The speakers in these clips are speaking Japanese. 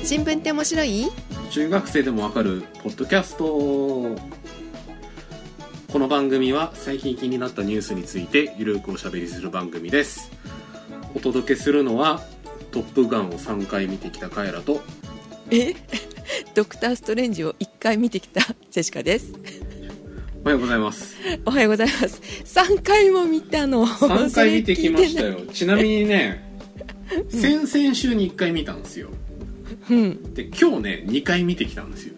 新聞って面白い？ 中学生でもわかるポッドキャスト。この番組は最近気になったニュースについてゆるくおしゃべりする番組です。お届けするのはトップガンを3回見てきたカエラとドクターストレンジを1回見てきたジェシカです。 おはようございます。 おはようございます。3回も見たの。 3回見てきましたよ。ちなみにね先々週に1回見たんですよ、 うん、 で今日ね2回見てきたんですよ。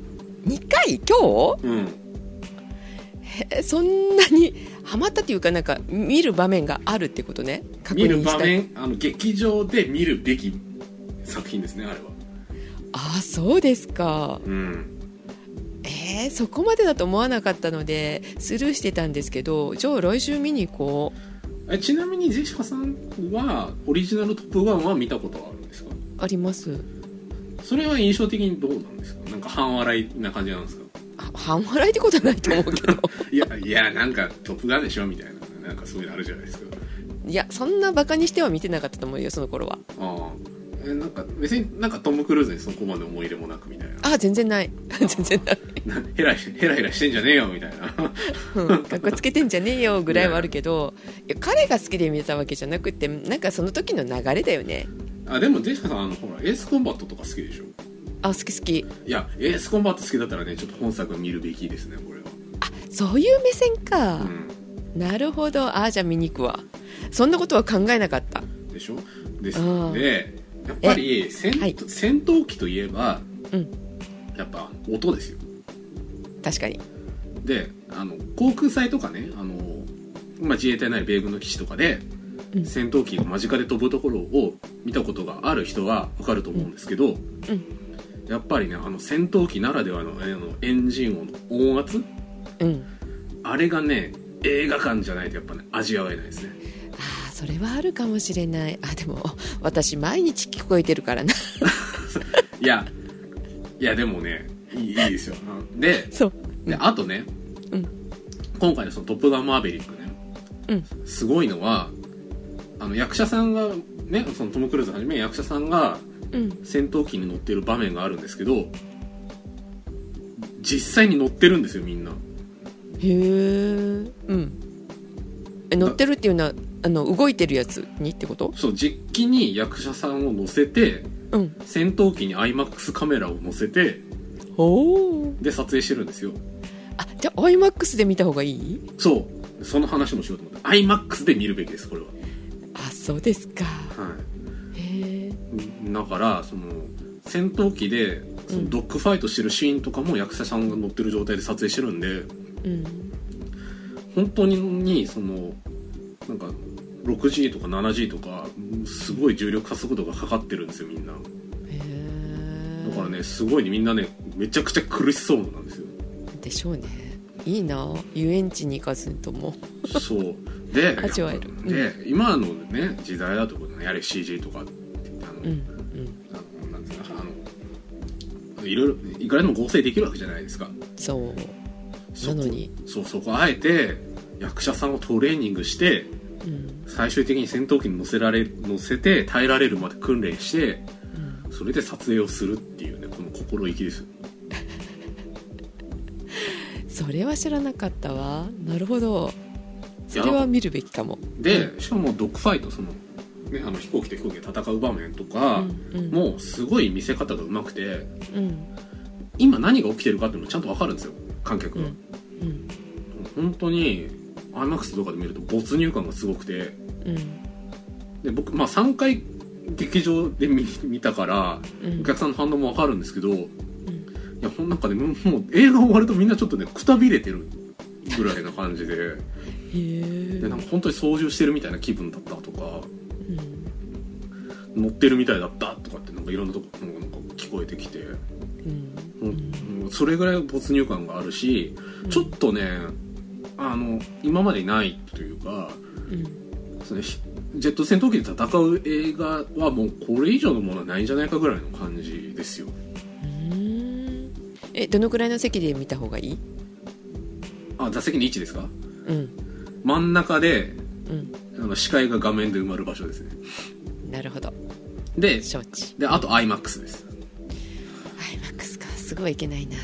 2回今日？ うん。 そんなにハマったっていうか、なんか見る場面があるってことね。確認したい。 見る場面、劇場で見るべき作品ですね、あれは。 ああ、そうですか。 うん。 そこまでだと思わなかったのでスルーしてたんですけど、じゃあ来週見に行こう。ちなみにジェシカさんはオリジナルトップガンは見たことはあるんですか？ あります。それは印象的にどうなんですか？なんか半笑いな感じなんですか？ 半笑いってことはないと思うけどいやなんかトップガンでしょみたいな、なんかそういうのあるじゃないですか。 いや、そんなバカにしては見てなかったと思うよ、その頃は。 ああ、なんか別になんかトム・クルーズにそこまで思い入れもなくみたいな。 あ、全然ない全然ないヘラヘラしてんじゃねえよみたいなかっこつけてんじゃねえよぐらいはあるけど、いや彼が好きで見たわけじゃなくて、なんかその時の流れだよね。 あ、でもジェシカさんほらエースコンバットとか好きでしょ？ あ、好き好き。いや、エースコンバット好きだったらね、ちょっと本作見るべきですね、これは。 あ、そういう目線か、うん、なるほど。あ、じゃあ見に行くわ。そんなことは考えなかったでしょ。ですので、やっぱり戦闘機といえば、うん、やっぱ音ですよ。 確かに。 で、航空祭とかね、自衛隊なり米軍の基地とかで、うん、戦闘機が間近で飛ぶところを見たことがある人は分かると思うんですけど、うんうん、やっぱりね、戦闘機ならではのエンジン音、音圧、うん、あれがね、映画館じゃないとやっぱね、味わえないですね。 ああ、それはあるかもしれない。あ、でも私毎日聞こえてるからないやでもね、いいですよ。で、そう、で、あとね、うん、今回のそのトップガンマーヴェリックね、うん、すごいのは役者さんがね、そのトム・クルーズはじめ役者さんが戦闘機に乗ってる場面があるんですけど、実際に乗ってるんですよ、みんな。へえ。うん。乗ってるっていうのは動いてるやつにってこと？ そう、実機に役者さんを乗せて、うん、戦闘機に IMAX カメラを乗せて、で撮影してるんですよ。 あ、じゃあ IMAX で見た方がいい？ そう、その話もしようと思って IMAX で見るべきです、これは。 あ、そうですか。 はい。へえ。だからその戦闘機でそのドッグファイトしてるシーンとかも役者さんが乗ってる状態で撮影してるんで、うん、本当にそのなんか 6G とか 7G とかすごい重力加速度がかかってるんですよ、みんな。へえ。だからね、すごいね、みんなね、めちゃくちゃ苦しそうなんですよ。 でしょうね。いいな、遊園地に行かずともそうで味わえる。 で、うん、今のね時代だとやれ CG とかってなんていうの、いろいろいくらでも合成できるわけじゃないですか。 そうなのにそこあえて役者さんをトレーニングして、うん、最終的に戦闘機に乗せて耐えられるまで訓練して、うん、それで撮影をするっていうね、この心意気ですよそれは知らなかったわ。なるほど、それは見るべきかも。 で、しかもドッグファイト、その、ね、飛行機と飛行機で戦う場面とか、もうすごい見せ方がうまくて、うん、今何が起きてるかっていうのもちゃんと分かるんですよ、観客が。うんうん、本当に IMAX とかで見ると没入感がすごくて、うん、で僕、3回劇場で 見たから、お客さんの反応も分かるんですけど、いや、なんかね、もう映画終わるとみんなちょっとね、くたびれてるぐらいな感じでで、なんか本当に操縦してるみたいな気分だったとか、うん、乗ってるみたいだったとかって、なんかいろんなとこなんか聞こえてきて、それぐらい没入感があるし、ちょっとね、今までにないというか、そのジェット戦闘機で戦う映画はもうこれ以上のものはないんじゃないかぐらいの感じですよ。 どのくらいの席で見た方がいい？ 座席の位置ですか？うん、真ん中で、うん、視界が画面で埋まる場所ですね。 なるほど。 で、 承知。 で、あと IMAX です。 すごいいけないな。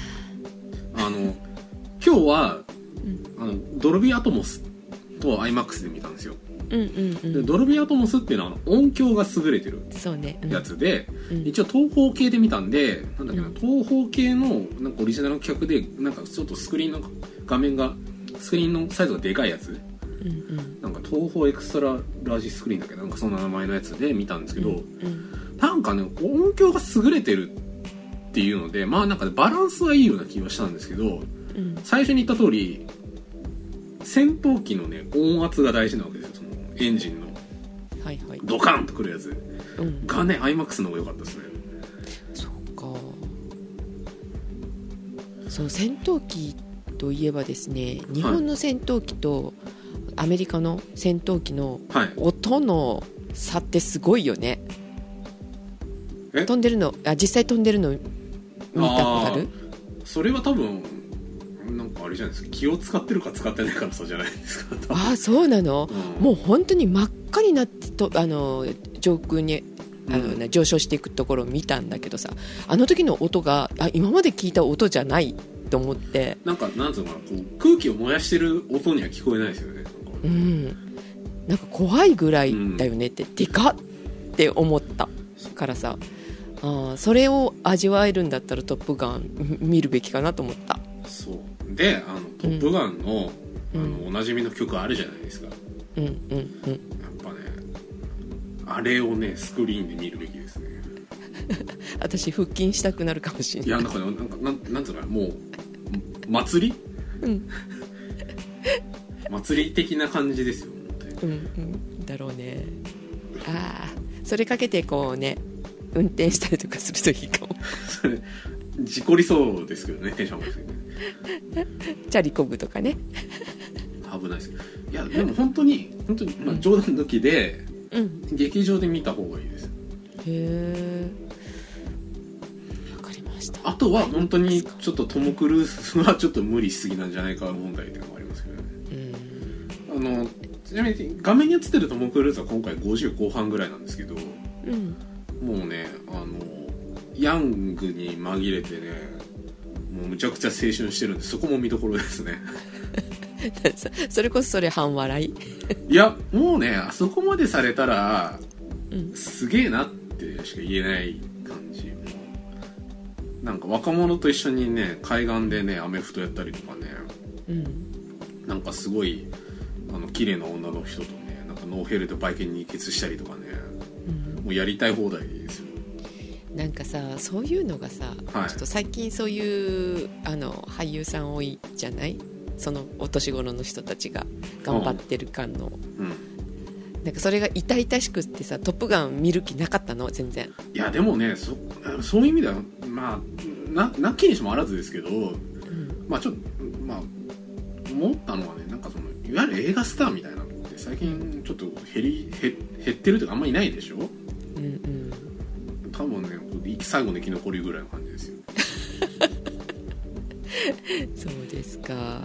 今日は、ドルビーアトモスと IMAX で見たんですよ。でドルビーアトモスっていうのは音響が優れてるやつで、一応東宝系で見たんで、なんだっけな、東宝系のなんかオリジナルの企画でなんかちょっとスクリーンの画面がスクリーンのサイズがでかいやつ、なんか東宝エクストララージスクリーンだけどなんかそんな名前のやつで見たんですけど、なんかね音響が優れてるっていうので、まあなんか、ね、バランスはいいような気はしたんですけど、最初に言った通り戦闘機のね音圧が大事なわけですよ。そのエンジンのドカンとくるやつがね、IMAX の方が良かったですね。 そうか。そう、戦闘機といえばですね、日本の戦闘機とアメリカの戦闘機の音の差ってすごいよね。飛んでるの、実際飛んでるの見たことある？ それは多分なんかあれじゃないですか、気を使ってるか使ってないからそうじゃないですか。 ああ、そうなの、もう本当に真っ赤になって上空に上昇していくところを見たんだけどさ、あの時の音が今まで聞いた音じゃないと思って、 なんつうのかな、こう空気を燃やしてる音には聞こえないですよね。 なんか怖いぐらいだよねって、でかって思ったからさ、それを味わえるんだったらトップガン見るべきかなと思った。 そうで、トップガンの、おなじみの曲あるじゃないですか。やっぱね、あれをねスクリーンで見るべきですね。 私腹筋したくなるかもしれない。いや、 なんつうの、もう祭り、祭り的な感じですよ。 だろうね。それかけてこうね運転したりとかするといいかも。 それ事故りそうですけどね、テンション上がるんですけどね。チャリこぐとかね。 危ないです。いやでも本当に、まあ、冗談抜きで、劇場で見た方がいいです。 へえ。わかりました。 あとは本当にちょっとトム・クルーズはちょっと無理しすぎなんじゃないか問題っていうのがありますけどね。ちなみに画面に映ってるトム・クルーズは今回50後半ぐらいなんですけど、もうねヤングに紛れてね、もうむちゃくちゃ青春してるんで、そこも見どころですね。 それこそそれ半笑い。 いやもうね、あそこまでされたら、すげえなってしか言えない感じ。なんか若者と一緒にね海岸でねアメフトやったりとかね、なんかすごい綺麗な女の人とね、なんかノーヘルでバイクにケツしたりとかね、もうやりたい放題ですよ。 なんかさ、そういうのがさ、ちょっと最近そういう俳優さん多いじゃない？そのお年頃の人たちが頑張ってる感の、なんかそれが痛々しくってさ、トップガン見る気なかったの全然。いやでもね、そういう意味ではまあなきにしもあらずですけど、まあちょっとまあ思ったのはね、なんかそのいわゆる映画スターみたいなのって最近ちょっと減ってるというかあんまりいないでしょ。多分ね最後の生き残りぐらいの感じですよ。 そうですか。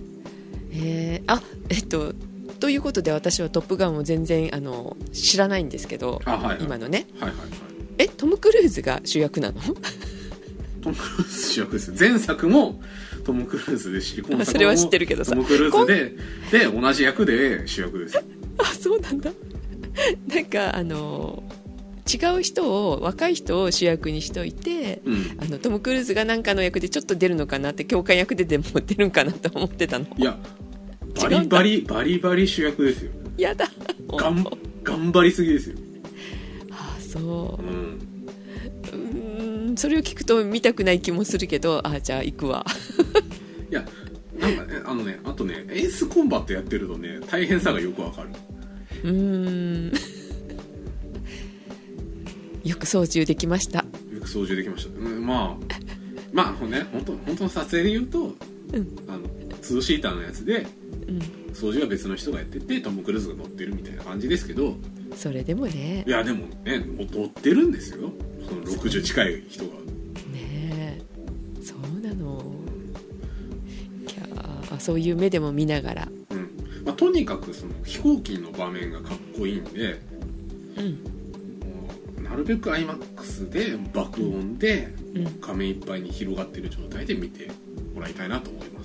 ということで私はトップガンを全然知らないんですけど、今のね、トム・クルーズが主役なの？ トム・クルーズ主役ですよ。前作もトム・クルーズで今作もそれは知ってるけどさ、 トム・クルーズで同じ役で主役です。 そうなんだ。なんか違う人を、若い人を主役にしといて、トム・クルーズが何かの役でちょっと出るのかなって、教官役ででも出るんかなと思ってたの。 いやバリバリ主役ですよ。 やだ、 頑張りすぎですよ。 そう、それを聞くと見たくない気もするけど、じゃあ行くわ。 いやなんかねあとねエースコンバットやってるとね大変さがよくわかる。 よく操縦できました。 よく操縦できました。まあね、本当の撮影で言うと、2シーターのやつで、操縦は別の人がやっててトム・クルーズが乗ってるみたいな感じですけど、 それでもね、 いやでもね乗ってるんですよ、その60近い人がね。そうなの。そういう目でも見ながら、 とにかくその飛行機の場面がかっこいいんで、ななるべく IMAX で爆音で画面いっぱいに広がっている状態で見てもらいたいなと思います、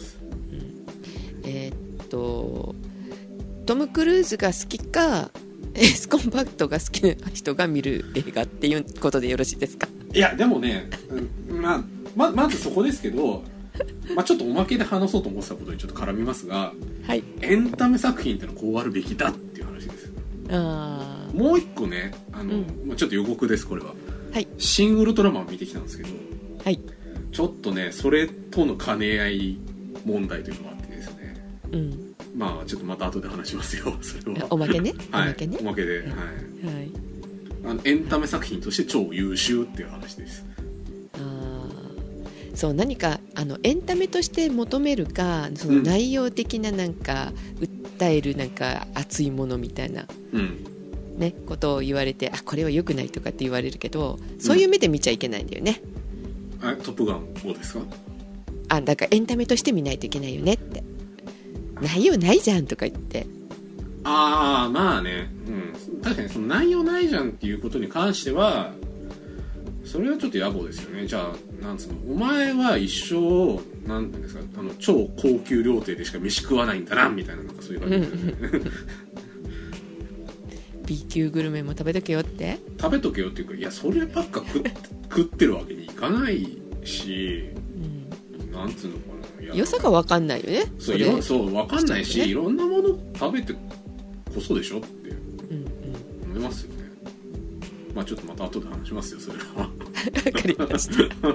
トム・クルーズが好きかエスコンバクトが好きな人が見る映画っていうことでよろしいですか？ いやでもね、まずそこですけど、ちょっとおまけで話そうと思ってたことにちょっと絡みますが、 はい、 エンタメ作品ってのはこうあるべきだっていう話です。もう一個ねちょっと予告ですこれは、はい、シン・ウルトラマン見てきたんですけど、はい、ちょっとねそれとの兼ね合い問題というのがあってですね、ちょっとまた後で話しますよそれは。 おまけね、 はい、 おまけね、 おまけで、はい、はい、エンタメ作品として超優秀っていう話です。 そう、何かエンタメとして求めるか、その内容的ななんか、訴えるなんか熱いものみたいな、ね、ことを言われて、これは良くないとかって言われるけど、そういう目で見ちゃいけないんだよね。 トップガンをですか？ だからエンタメとして見ないといけないよねって。内容ないじゃんとか言って。 まあね、確かにその内容ないじゃんっていうことに関してはそれはちょっと野暮ですよね。じゃあなんつうの、お前は一生なんていうんですか、超高級料亭でしか飯食わないんだなみたいな、なんかそういう感じですよね B 級グルメも食べとけよって、 食べとけよっていうか、いやそればっか食ってるわけにいかないし、なんつうのかな、 良さが分かんないよね。 そう分かんないし、いろんなもの食べてこそでしょって思いますよね。ちょっとまた後で話しますよそれはわかりました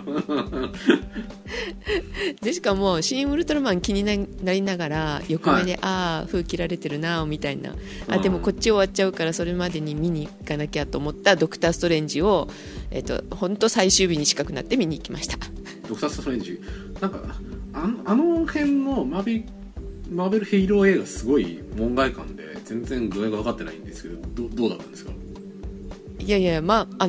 でしかもシン・ウルトラマン気になりながら横目で、封切られてるなみたいな、でもこっち終わっちゃうからそれまでに見に行かなきゃと思ったドクターストレンジを本当最終日に近くなって見に行きました。 ドクターストレンジなんかあの辺のマーベルヒーロー映画すごい門外観で全然具合が分かってないんですけど、どうだったんですか？ いやいや、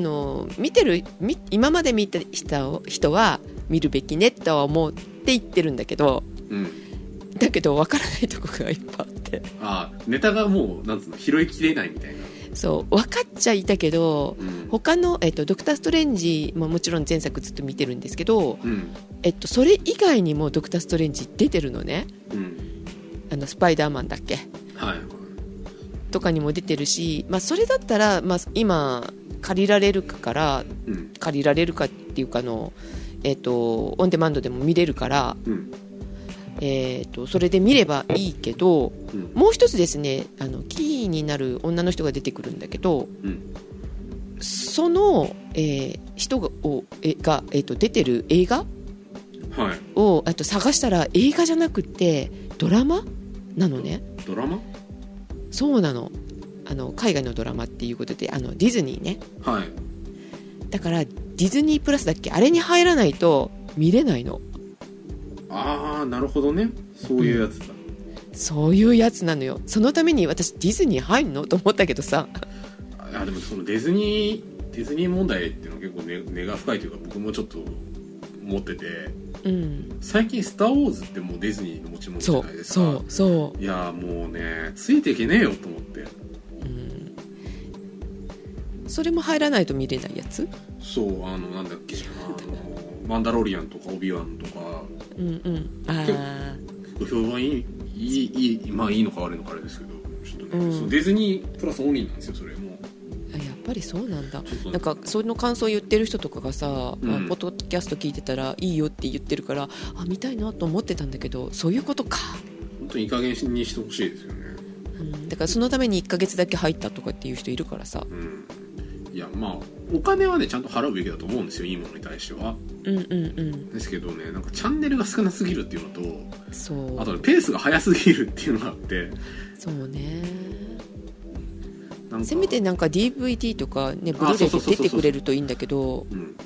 今まで見た人は見るべきねとは思って言ってるんだけど、だけど分からないところがいっぱいあって、 ネタがもうなんつうの、拾いきれないみたいな。 そう分かっちゃいたけど、他の、ドクターストレンジももちろん前作ずっと見てるんですけど、それ以外にもドクターストレンジ出てるのね、スパイダーマンだっけ、とかにも出てるし、それだったら、今借りられるかっていうかオンデマンドでも見れるから、それで見ればいいけど、もう一つですね、キーになる女の人が出てくるんだけど、その、人が出てる映画を探したら映画じゃなくてドラマなのね。 ドラマ？ そうなの。海外のドラマっていうことで、ディズニーね、だからディズニープラスだっけ、あれに入らないと見れないの。 なるほどね、そういうやつだ、 そういうやつなのよ。そのために私ディズニー入んのと思ったけどさ。 でもそのディズニー問題っていうのは結構根が深いというか、僕もちょっと思ってて、最近スターウォーズってもうディズニーの持ち物じゃないですか。そういやもうね、ついていけねえよと思って、 それも入らないと見れないやつ。 そう、なんだっけマンダロリアンとかオビワンとか、結構評判いいのか悪いのかあれですけど、ちょっとね、そのディズニープラスオンリーなんですよそれも。 やっぱりそうなんだ。なんかその感想を言ってる人とかがさ、ポッドキャスト聞いてたらいいよって言ってるから、見たいなと思ってたんだけど、そういうことか。 本当にいい加減にしてほしいですよね。 だからそのために1ヶ月だけ入ったとかっていう人いるからさ、 いやお金はねちゃんと払うべきだと思うんですよ、いいものに対しては。ですけどね、なんかチャンネルが少なすぎるっていうのと、あと、ペースが速すぎるっていうのがあって、 そうね、せめてなんか DVD とかね、ブルーレイで出てくれるといいんだけど、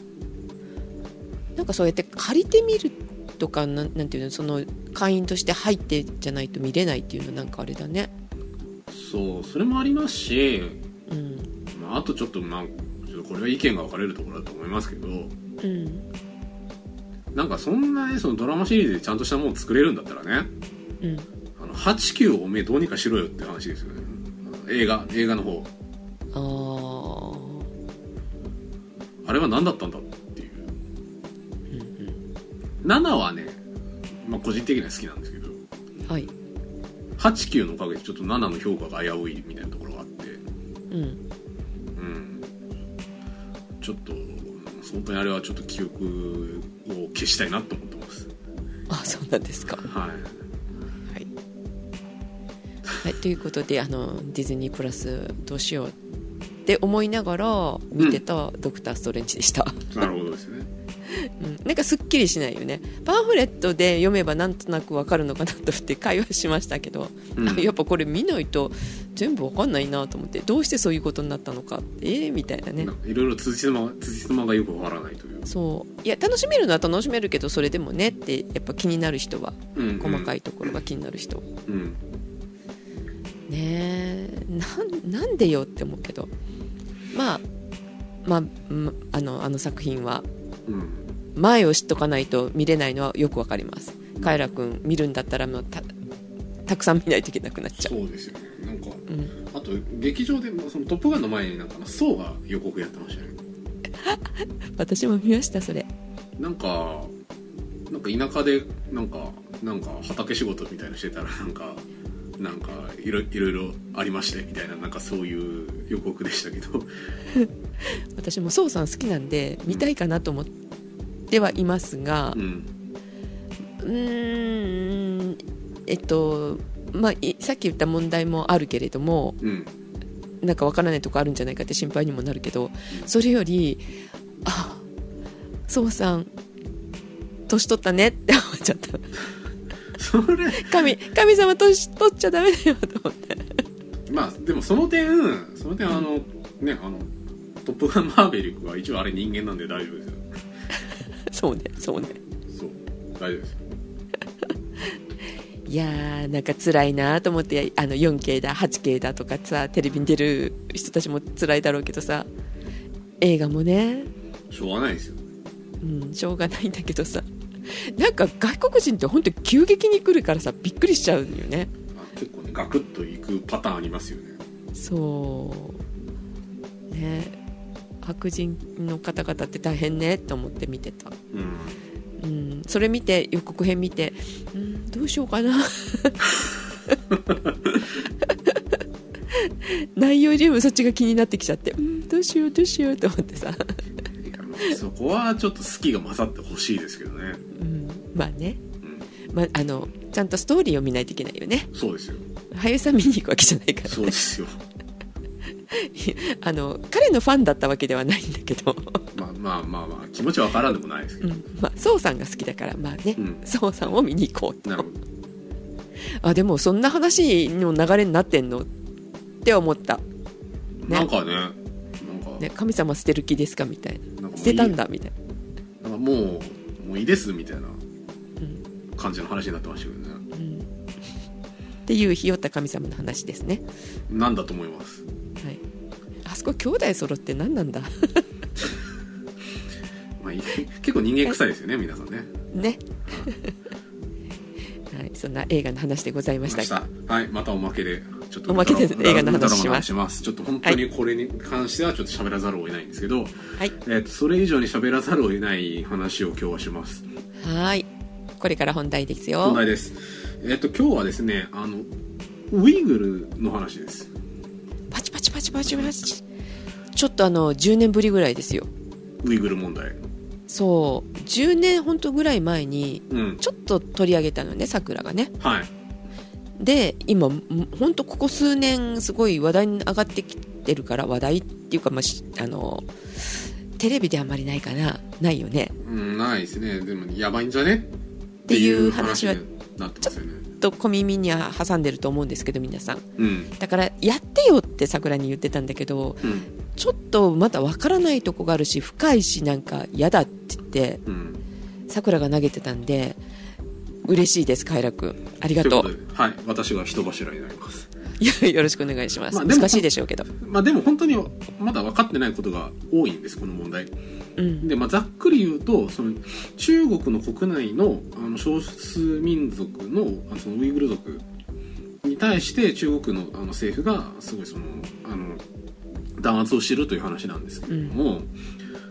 なんかそうやって借りてみるとか、なんていうの、その会員として入ってじゃないと見れないっていうの、なんかあれだね。 そう、それもありますし、あとちょっとこれは意見が分かれるところだと思いますけど、なんかそんなね、そのドラマシリーズでちゃんとしたもの作れるんだったらね、8、9をおめえどうにかしろよって話ですよね。映画の方。 あれは何だったんだっていう、7はね、まあ、個人的には好きなんですけど、 はい、 8、9のおかげでちょっと7の評価が危ういみたいなところがあって、ちょっと本当にあれはちょっと記憶を消したいなと思ってます。 あ、そうなんですか。 はい、 はい、ということでディズニープラスどうしようって思いながら見てたドクターストレンジでした、 なるほどですね。 なんかすっきりしないよね。パンフレットで読めばなんとなく分かるのかなと思って会話しましたけど、やっぱこれ見ないと全部分かんないなと思って、どうしてそういうことになったのかみたいなね、 いろいろ辻褄がよく分からないという。 そういや、楽しめるのは楽しめるけど、それでもねってやっぱ気になる人は、細かいところが気になる人、ねえ、なんでよって思うけど、まああの作品は、前を知っとかないと見れないのはよくわかります。カエラ君見るんだったらもう たくさん見ないといけなくなっちゃう。 そうですよね。なんか、あと劇場でそのトップガンの前になんかソーが予告やってましたね。 私も見ました。それなんか田舎でなんか畑仕事みたいなしてたらなんかいろいろありましてみたいな、なんかそういう予告でしたけど私もソーさん好きなんで見たいかなと思ってはいますが、まあ、さっき言った問題もあるけれども、なんか分からないとこあるんじゃないかって心配にもなるけど、それよりソーさん年取ったねって思っちゃったそれ神様年取っちゃダメだよと思って。 まあでもその点トップガンマーヴェリックは一応あれ人間なんで大丈夫ですよそうねそう大丈夫ですよいやー、なんか辛いなと思って、4K だ 8K だとかさ、テレビに出る人たちも辛いだろうけどさ、映画もね、 しょうがないですよ。 しょうがないんだけどさ、なんか外国人って本当に急激に来るからさ、びっくりしちゃうよね。 結構ね、ガクッといくパターンありますよね。 そうね、白人の方々って大変ねと思って見てた。それ見て、予告編見て、どうしようかな内容よりもそっちが気になってきちゃって、どうしようと思ってさそこはちょっと好きが勝ってほしいですけどね。 まあね、ちゃんとストーリーを見ないといけないよね。 そうですよ。 俳優さん見に行くわけじゃないからね。 そうですよ彼のファンだったわけではないんだけどまあ気持ちは分からんでもないですけど、 ソウさんが好きだから、まあね、ソウさんを見に行こうと。 なるほど。 でもそんな話の流れになってんのって思った、 なんかね、 神様捨てる気ですかみたいな、捨てたんだみたいな、 なんかもういいですみたいな感じの話になってましたけどね、 っていうひよった神様の話ですね。 なんだと思います。 はい、あそこ兄弟揃って何なんだ結構人間臭いですよね、皆さんね。 はい、そんな映画の話でございました。 はい、またおまけでちょっと映画の話します。 ちょっと本当にこれに関してはちょっと喋らざるを得ないんですけど、 はい、 それ以上に喋らざるを得ない話を今日はします。 はい、これから本題ですよ。 本題です。今日はですね、ウイグルの話です。 パチパチちょっと10年ぶりぐらいですよ、 ウイグル問題。 そう10年本当ぐらい前にちょっと取り上げたのね、桜がね。で今本当ここ数年すごい話題に上がってきてるから、話題っていうか、テレビであんまりないかな、ないよね。 ないですね。でもやばいんじゃねっていう話はなってますよね。 ちょっと小耳には挟んでると思うんですけど、皆さん、だからやってよって桜に言ってたんだけど、ちょっとまだわからないとこがあるし、深いし、なんか嫌だって言って桜が投げてたんで、嬉しいです。カイラ君ありがとう。 はい、私が人柱になります。 よろしくお願いします。難しいでしょうけど、 でも本当にまだ分かってないことが多いんです、この問題。で、ざっくり言うと、その中国の国内の少数民族のそのウイグル族に対して中国の政府がすごい弾圧をしているという話なんですけれども、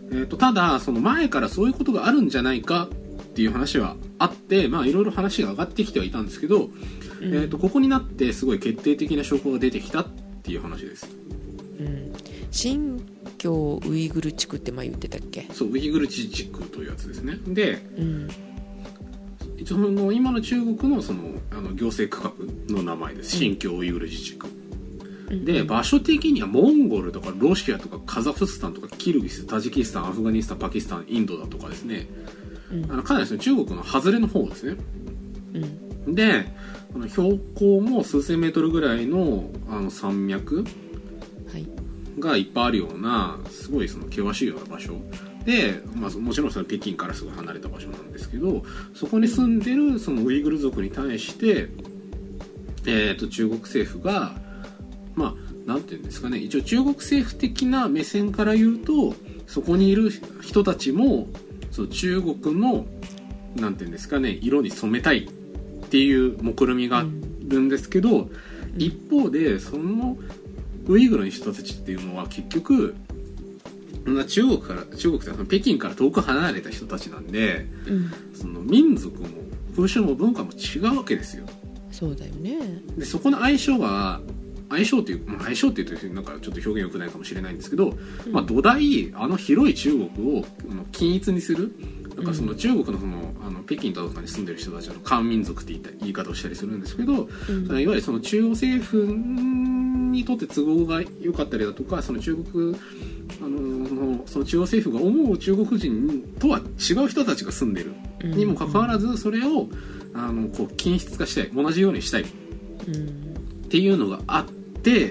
ただその前からそういうことがあるんじゃないかっていう話はあって、まあいろいろ話が上がってきてはいたんですけど、ここになってすごい決定的な証拠が出てきたっていう話です。 新疆ウイグル地区って前言ってたっけ？ そう、ウイグル自治区というやつですね。で、一応の今の中国の行政区画の名前です。新疆ウイグル自治区。で、場所的にはモンゴルとかロシアとかカザフスタンとかキルギス、タジキスタン、アフガニスタン、パキスタン、インドだとかですね、かなり中国の外れの方ですね。で、標高も数千メートルぐらいの山脈がいっぱいあるようなすごい険しいような場所で、まあ、もちろん北京からすごい離れた場所なんですけど、そこに住んでるウイグル族に対して、中国政府がまあなんていうんですかね、一応中国政府的な目線から言うと、そこにいる人たちも中国のなんていうんですかね、色に染めたいっていう目論みがあるんですけど、一方でそのウイグルの人たちっていうのは結局中国って北京から遠く離れた人たちなんで、その民族も風習も文化も違うわけですよ。 そうだよね。 でそこの相性っていうとなんかちょっと表現良くないかもしれないんですけど、まあ土台広い中国を均一にする、なんか中国の北京とかに住んでる人たちは漢民族って言い方をしたりするんですけど、いわゆる中央政府にとって都合が良かったりだとか、中国その中央政府が思う中国人とは違う人たちが住んでるにもかかわらず、それをこう均質化したい、同じようにしたいっていうのがあって、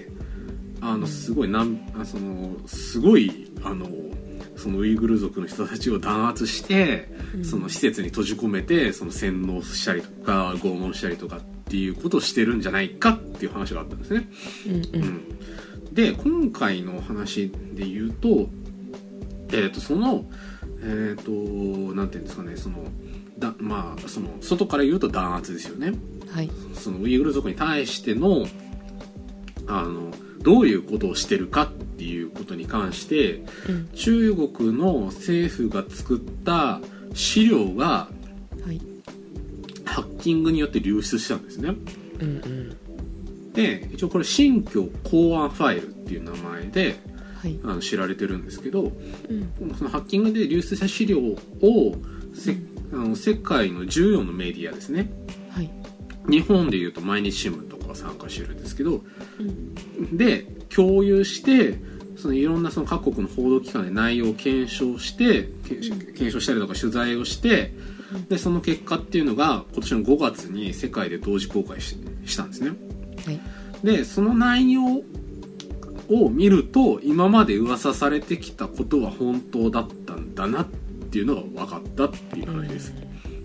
すごいすごいそのウイグル族の人たちを弾圧して、その施設に閉じ込めて洗脳したりとか拷問したりとかっていうことをしてるんじゃないかっていう話があったんですね。で今回の話で言うと、なんていうんですかね、まあ外から言うと弾圧ですよね。はい。そのウイグル族に対してのどういうことをしてるかっていうことに関して、中国の政府が作った資料が、ハッキングによって流出したんですね。で一応これ新疆公安ファイルっていう名前で、知られてるんですけど、そのハッキングで流出した資料を世界の14のメディアですね、日本でいうと毎日新聞とかが参加してるんですけど、で共有していろんな各国の報道機関で内容を検証したりとか取材をして、でその結果っていうのが今年の5月に世界で同時公開したんですね。でその内容を見ると、今まで噂されてきたことは本当だったんだなっていうのが分かったっていう話です。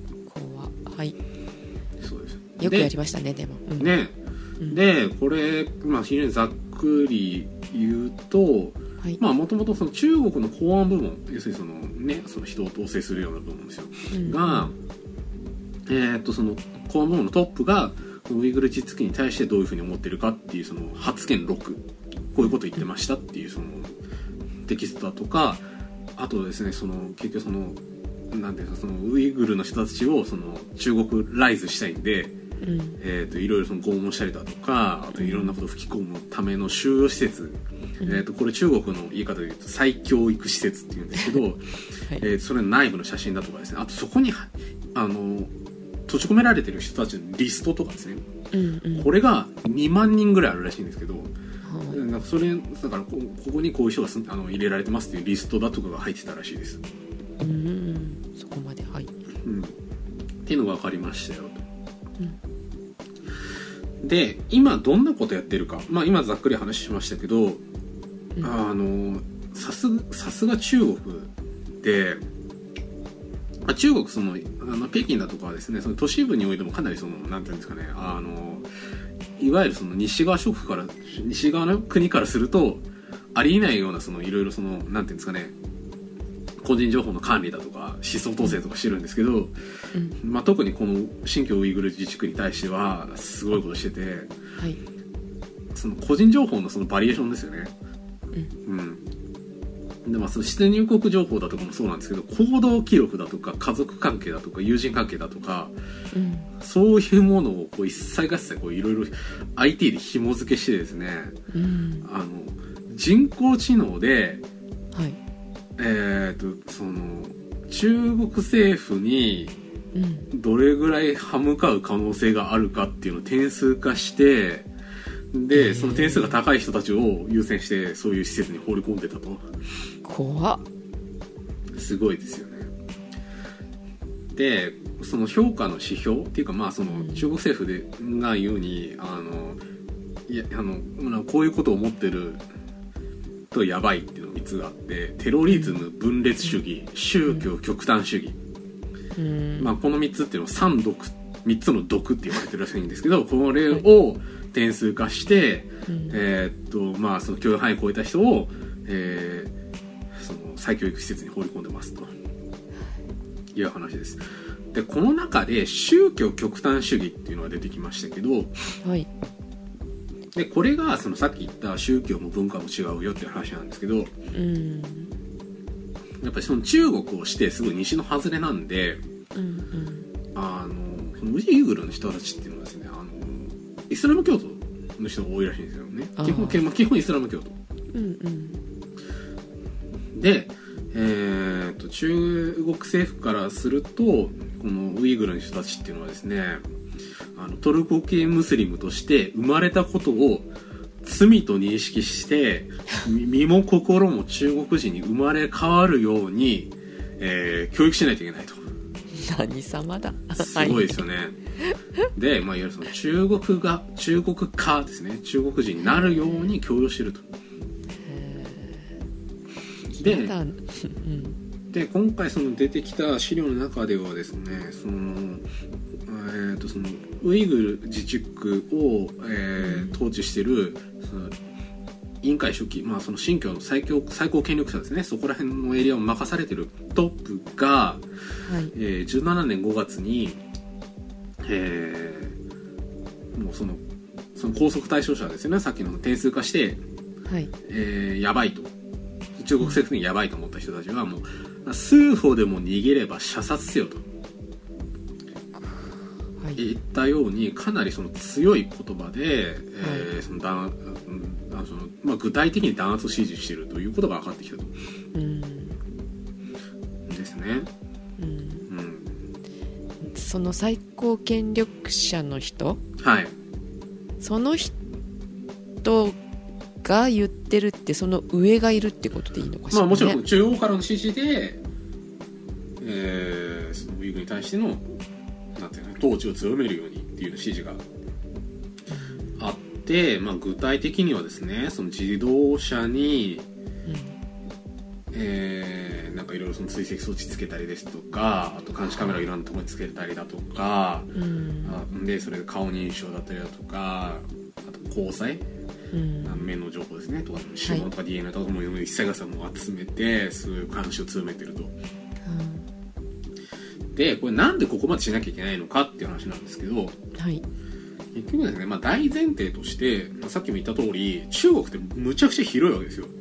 そうです。 よくやりましたね。でもでこれ、非常にざっくり言うと、もともと中国の公安部門、要するにその人を統制するような部門ですよ、がその公安部門のトップがウイグル自治区に対してどういうふうに思ってるかっていう発言録、こういうこと言ってましたっていうテキストだとか、あとですね、結局なんていうの、ウイグルの人たちを中国ライズしたいんで、いろいろ拷問したりだとか、あといろんなことを吹き込むための収容施設、これ中国の言い方で言うと再教育施設っていうんですけど、それの内部の写真だとかですね、あとそこに閉じ込められてる人たちのリストとかですね、これが2万人ぐらいあるらしいんですけど、なんかそれだからここにこういう人が入れられてますっていうリストだとかが入ってたらしいです。 そこまでっていうのが分かりましたよと。で今どんなことやってるか、今ざっくり話しましたけど、さすが中国で、中国北京だとかはですね、都市部においてもかなりなんていうんですかね、いわゆる西側の国からするとありえないようないろいろなんていうんですかね、個人情報の管理だとか思想統制とかしてるんですけど、特にこの新疆ウイグル自治区に対してはすごいことしてて、個人情報のバリエーションですよね。 でその出入国情報だとかもそうなんですけど、行動記録だとか家族関係だとか友人関係だとか、そういうものを一切合切いろいろ IT で紐付けしてですね、人工知能で、はい、その中国政府にどれぐらい歯向かう可能性があるかっていうのを点数化して、でその点数が高い人たちを優先してそういう施設に放り込んでたと。 怖っ。 すごいですよね。でその評価の指標っていうか、その中国政府が言うにこういうことを思ってるとやばいっていうのが3つがあって、テロリズム、分裂主義、宗教極端主義、この3つっていうのは3つの毒って言われてるらしいんですけど、これを点数化して、その許容範囲を超えた人を、その再教育施設に放り込んでますという話です。でこの中で宗教極端主義っていうのが出てきましたけど、はい、でこれがそのさっき言った宗教も文化も違うよっていう話なんですけど、やっぱりその中国をしてすごい西の外れなんで、ウイグルの人たちっていうのはですね、イスラム教徒の人が多いらしいんですよね。基本イスラム教徒、で、中国政府からするとこのウイグルの人たちっていうのはですね、トルコ系ムスリムとして生まれたことを罪と認識して身も心も中国人に生まれ変わるように、教育しないといけないと。 何様だ。 すごいですよね。で、いわゆるその中国化ですね、中国人になるように教養してると。で今回その出てきた資料の中ではですね、そのウイグル自治区を、統治しているその委員会書記、その新疆の最高権力者ですね、そこら辺のエリアを任されているトップが、17年5月に、もうその拘束対象者ですよね、さっきの点数化して、やばいと、中国政府にやばいと思った人たちはもう数歩でも逃げれば射殺せよと、言ったようにかなりその強い言葉で、具体的に弾圧を指示しているということが分かってきたと、ですね。 その最高権力者の人、その人が言ってるってその上がいるってことでいいのかしらね。 もちろん中央からの指示で、そのウイグルに対してのなんていうの、統治を強めるようにっていう指示があって、具体的にはですね、その自動車に、なんかいろいろその追跡装置つけたりですとか、あと監視カメラをいろんなところにつけたりだとか、でそれで顔認証だったりだとか、あと交際、目の情報ですねとか、指紋とか DNA とかも一切合切も集めて、そういう監視を強めてると。でこれなんでここまでしなきゃいけないのかっていう話なんですけど、結局ですね、大前提として、さっきも言った通り中国ってむちゃくちゃ広いわけですよ。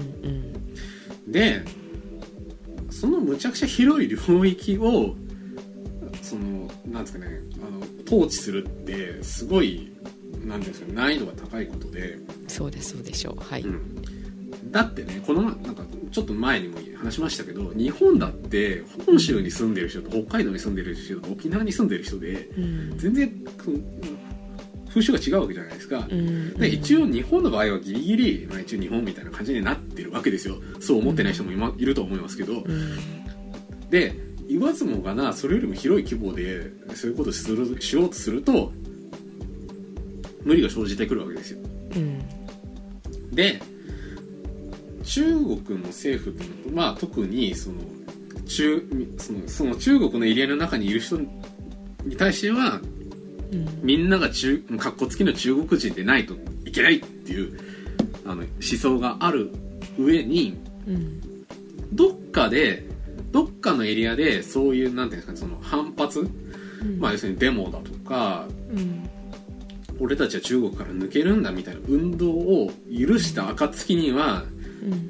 でそのむちゃくちゃ広い領域をなんですかね、統治するってすごいなんですか、難易度が高いことで。 そうでしょう。 だってね、なんかちょっと前にも話しましたけど、日本だって本州に住んでる人と北海道に住んでる人と沖縄に住んでる人で、全然風習が違うわけじゃないですか。で一応日本の場合はギリギリ、一応日本みたいな感じになってるわけですよ。そう思ってない人もいると思いますけど、で言わずもがな、それよりも広い規模でそういうことをしようとすると無理が生じてくるわけですよ。で中国の政府っていうのは、特にその中国のエリアの中にいる人に対しては、みんながカッコつきの中国人でないといけないっていう思想がある上に、どっかのエリアでそういうなんていうんですかね、その反発、要するにデモだとか、俺たちは中国から抜けるんだみたいな運動を許した暁には、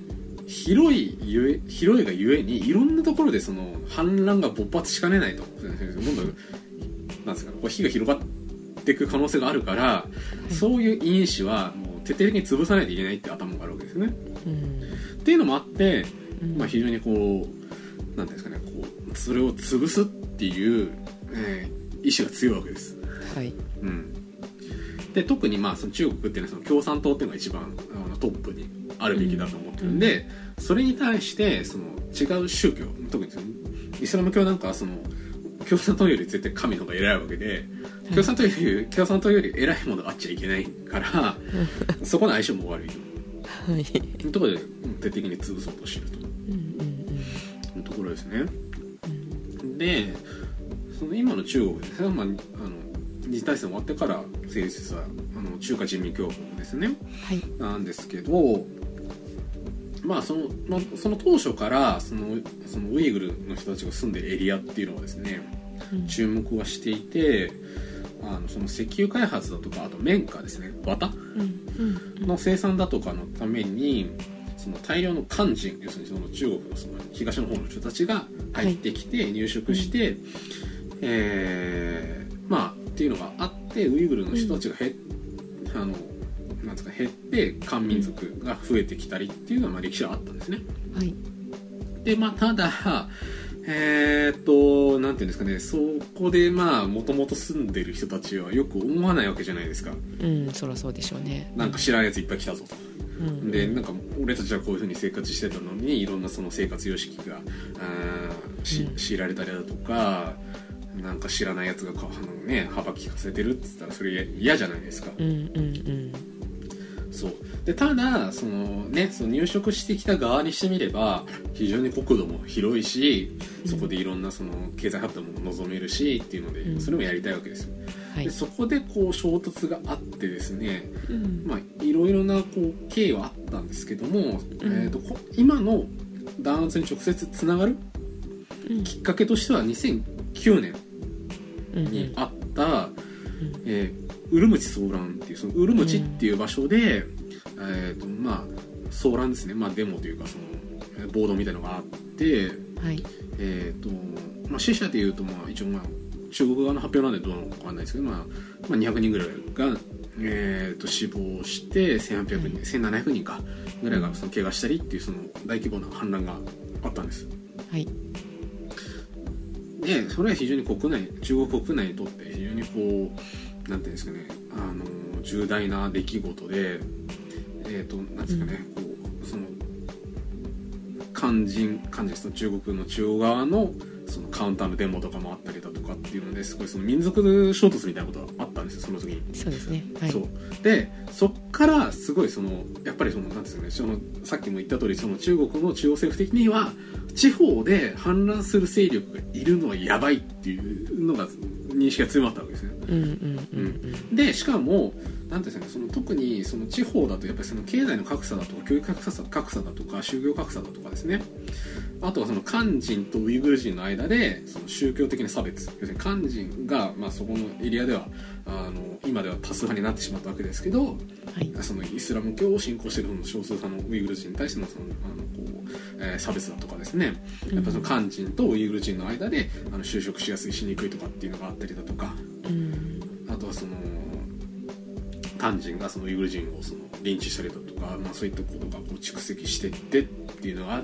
広いがゆえにいろんなところでその反乱が勃発しかねないと、どんどんなんですか、こう火が広がっていく可能性があるから、はい、そういう因子はもう徹底的に潰さないといけないって頭があるわけですね、っていうのもあって、まあ、非常にこうなんていうんですかね、こうそれを潰すっていう、意志が強いわけです、はい、で特にまあその中国っていうのはその共産党っていうのが一番トップにあるべきだと思ってるんで、それに対してその違う宗教、特にそのイスラム教なんかはその共産党より絶対神の方が偉いわけで、共産党より偉いものがあっちゃいけないからそこの相性も悪いと、はい、いうところで徹底的に潰そうとしてるというところですね。でその今の中国ですね、まあ、二次大戦終わってから成立した中華人民共和国ですね、はい、なんですけど、まあその当初からそのウイグルの人たちが住んでるエリアっていうのはですね、注目はしていて、その石油開発だとか、あと綿花ですね、綿の生産だとかのためにその大量の漢人、要するにその中国のその東の方の人たちが入ってきて入植して、まあっていうのがあって、ウイグルの人たちがなんですか、減って漢民族が増えてきたりっていうのはまあ歴史はあったんですね。はい、でまあただなんていうんですかね、そこでまあもともと住んでる人たちはよく思わないわけじゃないですか。そりゃそうでしょうね。なんか知らんやついっぱい来たぞと。でなんか俺たちはこういう風に生活してたのに、いろんなその生活様式が強いられたりだとか、なんか知らないやつが幅利かせてるって言ったらそれ嫌じゃないですか。そうで、ただその入植してきた側にしてみれば非常に国土も広いし、そこでいろんなその経済発展も望めるしっていうので、それもやりたいわけですよ。でそこでこう衝突があってですね、まあいろいろなこう経緯はあったんですけども、今の弾圧に直接つながるきっかけとしては2009年にあった、ウルムチ騒乱っていう、そのウルムチっていう場所で、まあ騒乱ですね、まあデモというかその暴動みたいなのがあって、はい、まあ死者でいうと、まあ一応まあ中国側の発表なんでどうなのかわかんないですけど、まあ200人ぐらいが死亡して1800人、1700人かぐらいがその怪我したりっていうその大規模な反乱があったんです。はい。でそれは非常に中国国内にとって非常にこうなんていうんですかね、重大な出来事で、なんですかね、こうその肝心その中国の中央側のそのカウンターのデモとかもあったりだとかっていうので、すごいその民族衝突みたいなことがあったんですよ、その時に。そうですね。はい。そうでそっからすごいそのやっぱりそのなんですかね、そのさっきも言った通り、その中国の中央政府的には地方で反乱する勢力がいるのはやばいっていうのが認識が強まったわけですね。でしかもなんていうんですかね、その特にその地方だとやっぱりその経済の格差だとか教育格差だとか就業格差だとかですね、あとはその漢人とウイグル人の間でその宗教的な差別、要するに漢人が、まあ、そこのエリアでは今では多数派になってしまったわけですけど、はい、そのイスラム教を信仰している少数派のウイグル人に対してのその差別だとかですね、やっぱその漢人とウイグル人の間で就職しやすいしにくいとかっていうのがあったりだとか、あとはその漢人がそのウイグル人をそのリンチしたりだとか、まあ、そういったことがこう蓄積していってっていうのがあって、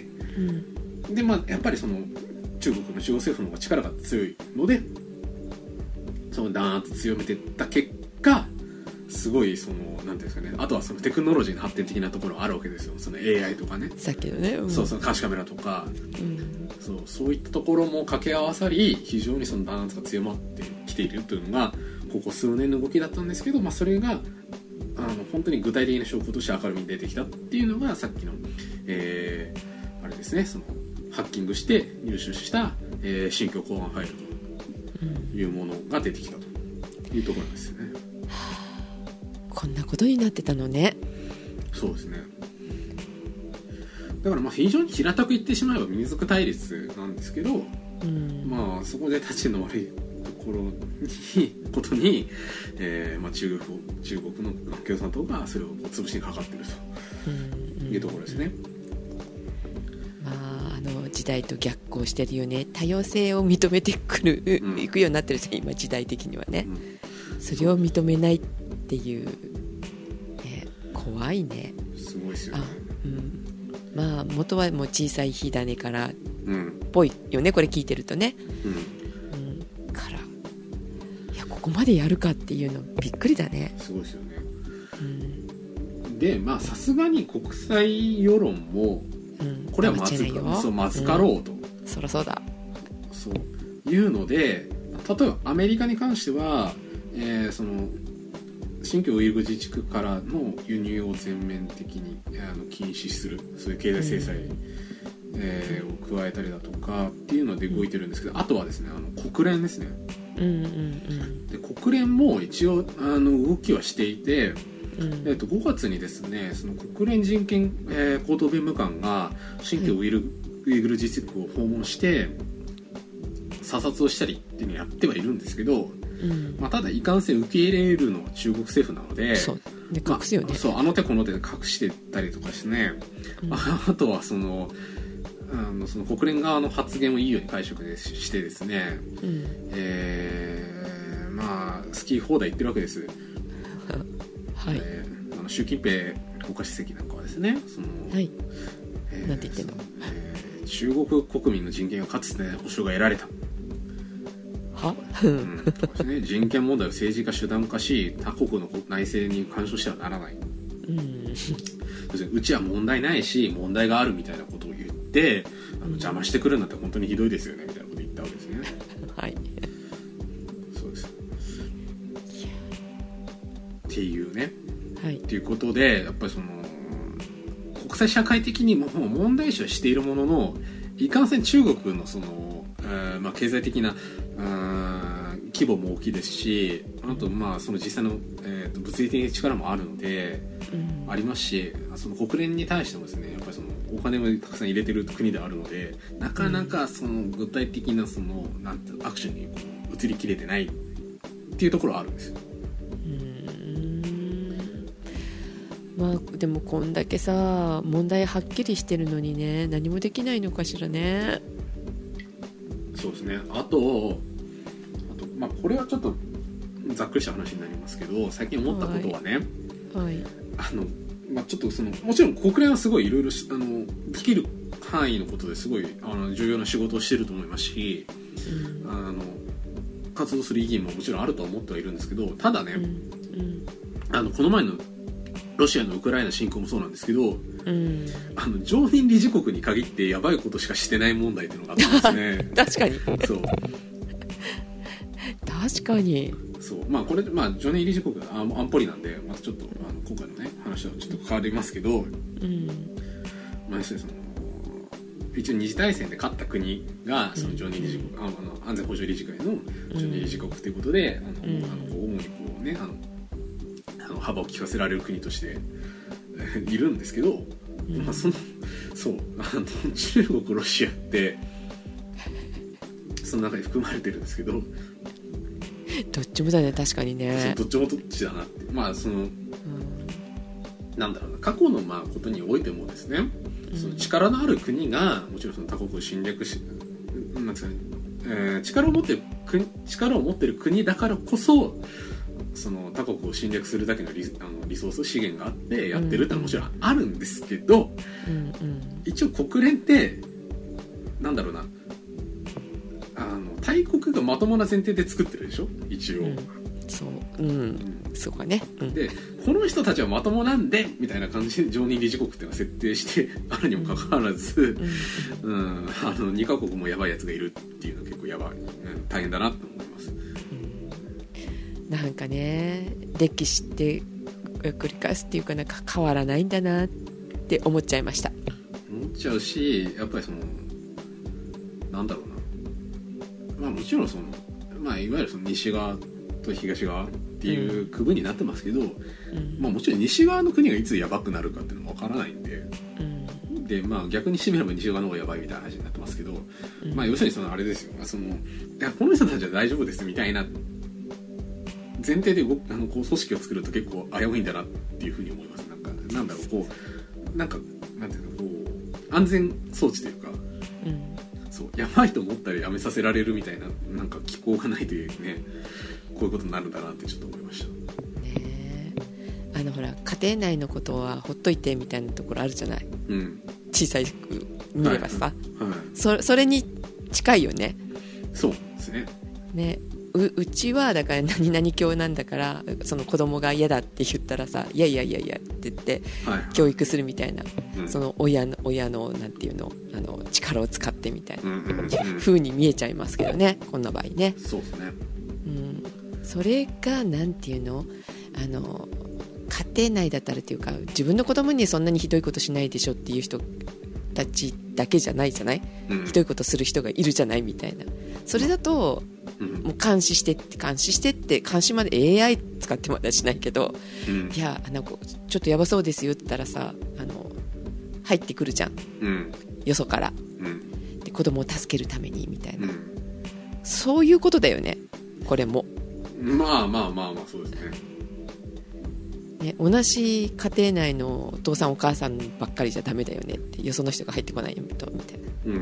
でまあやっぱりその中国の中央政府の方が力が強いのでその弾圧強めていった結果、すごいそのなんていうんですかね、あとはそのテクノロジーの発展的なところあるわけですよ。その AI とかね、さっきのね、そう監視カメラとか、そういったところも掛け合わさり非常にその弾圧が強まってきているというのがここ数年の動きだったんですけど、まあ、それが本当に具体的な証拠として明るみに出てきたっていうのがさっきの、あれですね、そのハッキングして入手した、新疆公安ファイルというものが出てきたというところなんですよね。 こんなことになってたのね。 そうですね。だからまあ非常に平たく言ってしまえば民族対立なんですけど、まあそこで立ちの悪いことに、まあ、中国の共産党がそれを潰しにかかっているというところですね。 時代と逆行してるよね。多様性を認めてくる、いくようになってるじゃん今時代的にはね、それを認めないっていう、怖いね。 すごいですよね。 まあ元はもう小さい火種からっぽいよね、これ聞いてるとね、からいやここまでやるかっていうのびっくりだね。 すごいですよね。でまあさすがに国際世論もこれはまずかろうと、 そりゃそうだ、 そういうので、例えばアメリカに関しては、その新疆ウイグル自治区からの輸入を全面的に禁止する、そういう経済制裁、を加えたりだとかっていうので動いてるんですけど、あとはですね国連ですね、で国連も一応動きはしていて、5月にですねその国連人権、高等弁務官が新疆ウイグル自治区を訪問して査察をしたりっていうのをやってはいるんですけど、まあ、ただいかんせん受け入れるのは中国政府なので、 そうで隠すよね、 まあ、そうあの手この手で隠してたりとかしてね、あとはその国連側の発言をいいように解釈してですね、まあ好き放題言ってるわけです。はい、習近平国家主席なんかはですねなんて言ってんの、 中国国民の人権がかつて保障が得られたは、 ね、人権問題を政治化手段化し他国の内政に干渉してはならない、うちは問題ないし問題があるみたいなことを言って邪魔してくるなんて本当にひどいですよねみたいなことを言ったわけですね。 はいそうですっていうね、っていうことでやっぱりその国際社会的にも問題視はしているもののいかんせん中国のその、まあ、経済的な規模も大きいですし、あとまあその実際の、物理的な力もあるので、ありますし、その国連に対してもですねやっぱりそのお金をたくさん入れてる国であるのでなかなかその具体的なそのなんてアクションにこう移りきれてないっていうところはあるんですよ。 まあでもこんだけさ問題はっきりしてるのにね何もできないのかしらね。 そうですね。あとまあこれはちょっとざっくりした話になりますけど最近思ったことはね、まあ、ちょっとそのもちろん国連はすごいいろいろできる範囲のことですごい重要な仕事をしてると思いますし、活動する意義ももちろんあると思ってはいるんですけど、ただね、この前のロシアのウクライナ侵攻もそうなんですけど、常任理事国に限ってやばいことしかしてない問題っていうのがあったんですね。 確かにそう確かにそう、まあこれ、まあ、常任理事国安保理なんでまたちょっと今回のね話はちょっと変わりますけど、まあ、要するにその一応二次大戦で勝った国がその常任理事国、安全保障理事会の常任理事国ということで、主にこうね幅を利かせられる国としているんですけど、まあ、そう中国ロシアってその中に含まれてるんですけどどっちもだね確かにね。 どっちもどっちだなってまあその、なんだろうな過去のまあことにおいてもですね、その力のある国がもちろんその他国を侵略しなんですかね、力を持ってる国だからこそその他国を侵略するだけのリソース資源があってやってるってのはもちろんあるんですけど、一応国連ってなんだろうな大国がまともな前提で作ってるでしょ一応、そうかね、でこの人たちはまともなんでみたいな感じで常任理事国っていうのは設定してあるにもかかわらず、2カ国もやばいやつがいるっていうのは結構やばい、大変だなと思います。 なんかね歴史って繰り返すっていうかなんか変わらないんだなって思っちゃいました。 思っちゃうしやっぱりそのなんだろうな、まあもちろんそのまあいわゆるその西側と東側っていう区分になってますけど、まあもちろん西側の国がいつやばくなるかっていうのもわからないんで、でまあ逆にしてみれば西側の方がやばいみたいな話になってますけど、まあ要するにそのあれですよ、そのいやこの人たちは大丈夫ですみたいな前提でこう組織を作ると結構危ういんだなっていうふうに思います。なんだろうこうなんていうのこう安全装置というか、 そうやばいと思ったらやめさせられるみたいな、なんか気候がないというね、こういうことになるんだなってちょっと思いましたね。ほら家庭内のことはほっといてみたいなところあるじゃない、うん、小さいく見ればさ、はいはい、それに近いよね。 そうですね。 ね、うちはだから何々教なんだから、その子供が嫌だって言ったらさ、いやいやいやいやって言って教育するみたいな、はいはい、その親のなんていうの、力を使ってみたいな、風に見えちゃいますけどね、こんな場合ね。 そうですね、 うん、それがなんていうの、家庭内だったらっていうか、自分の子供にそんなにひどいことしないでしょっていう人たちだけじゃないじゃない、ひどいことする人がいるじゃないみたいな。それだともう監視してって監視まで AI 使ってまではしないけど、いやちょっとやばそうですよって言ったらさ、入ってくるじゃん、よそから、で子供を助けるためにみたいな、そういうことだよね、これも。 まあそうですね。同じ家庭内のお父さんお母さんばっかりじゃダメだよねって、よその人が入ってこないよとみたいな、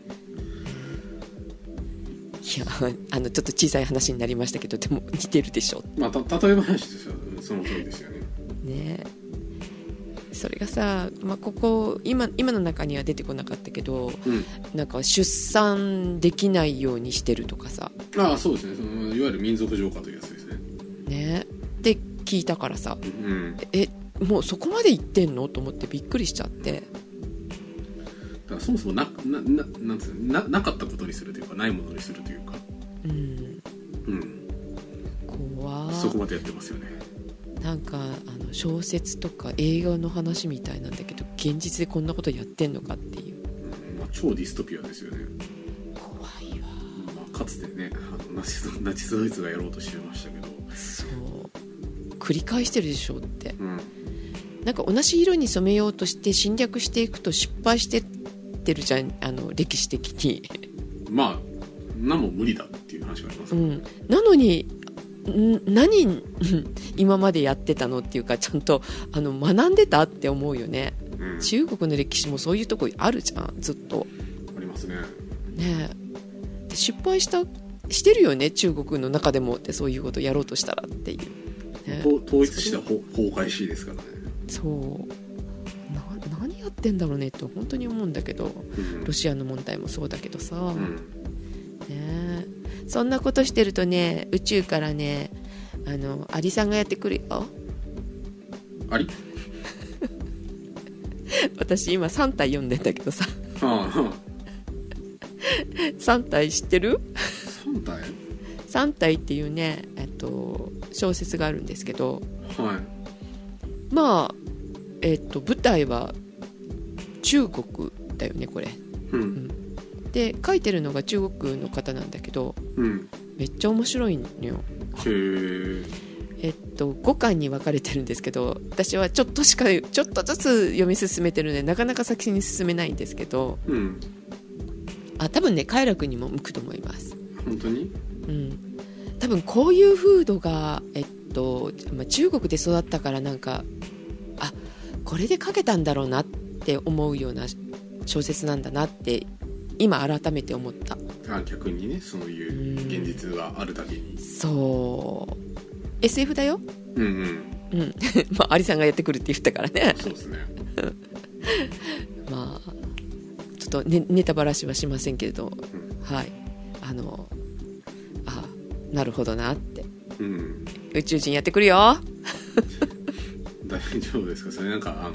いやちょっと小さい話になりましたけど、でも似てるでしょ。 まあ例え話ですよ、その通りですよね。 ね、それがさ、ここ今の中には出てこなかったけど、なんか出産できないようにしてるとかさ。 ああ、そうですね、いわゆる民族浄化というやつですね。 ねって聞いたからさ、もうそこまで言ってんのと思ってびっくりしちゃって。 だからそもそもなんつうの、なかったことにするというか、ないものにするというか、 怖い。 そこまでやってますよね。 なんか小説とか映画の話みたいなんだけど、現実でこんなことやってんのかっていう、 超ディストピアですよね。 怖いわ。 かつてね、ナチスドイツがやろうとしてましたけど、 そう繰り返してるでしょって、なんか同じ色に染めようとして侵略していくと失敗してってるじゃん、歴史的に何も無理だっていう話があります、 なのに何今までやってたのっていうか、ちゃんと学んでたって思うよね、中国の歴史もそういうとこあるじゃん、ずっとありますね。 ねえ、で失敗してるよね、中国の中でもって、そういうことやろうとしたらっていう、 ね、統一した崩壊しいですからね。 そう何やってんだろうねって本当に思うんだけど、ロシアの問題もそうだけどさ、ね、そんなことしてるとね、宇宙からね、アリさんがやってくるよ。 アリ私今3体読んでんだけどさ3体知ってる？3体っていうね、小説があるんですけど、舞台は中国だよねこれ、で書いてるのが中国の方なんだけど、めっちゃ面白いのよ。5巻に分かれてるんですけど、私はちょっとずつ読み進めてるのでなかなか先に進めないんですけど、多分ね快楽にも向くと思います。 本当に？ 多分こういう風土が、中国で育ったから、なんかこれで書けたんだろうなって思うような小説なんだなって今改めて思った。 逆にね、そういう現実があるだけに、 そう SF だよ。アリさんがやってくるって言ったからね。 そうですねちょっと、ネタバラシはしませんけれど、はい、なるほどなって、宇宙人やってくるよ大丈夫ですか？それなんか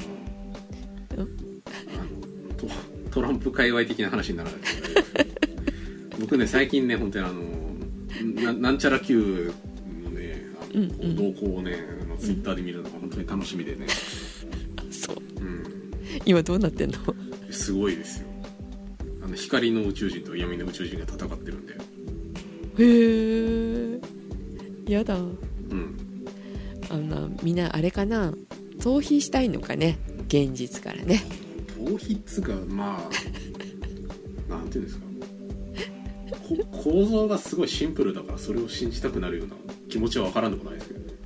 トランプ界隈的な話にならないですけど僕ね最近ね本当になんちゃら Q のね動向をねツイッターで見るのが本当に楽しみでねそう、今どうなってんの？ すごいですよ。光の宇宙人と闇の宇宙人が戦ってるんで。 へえ、やだ。みんなあれかな、逃避したいのかね、現実からね。 逃避っつうか、なんていうんですか、構造がすごいシンプルだからそれを信じたくなるような気持ちは分からんでもないですけどね。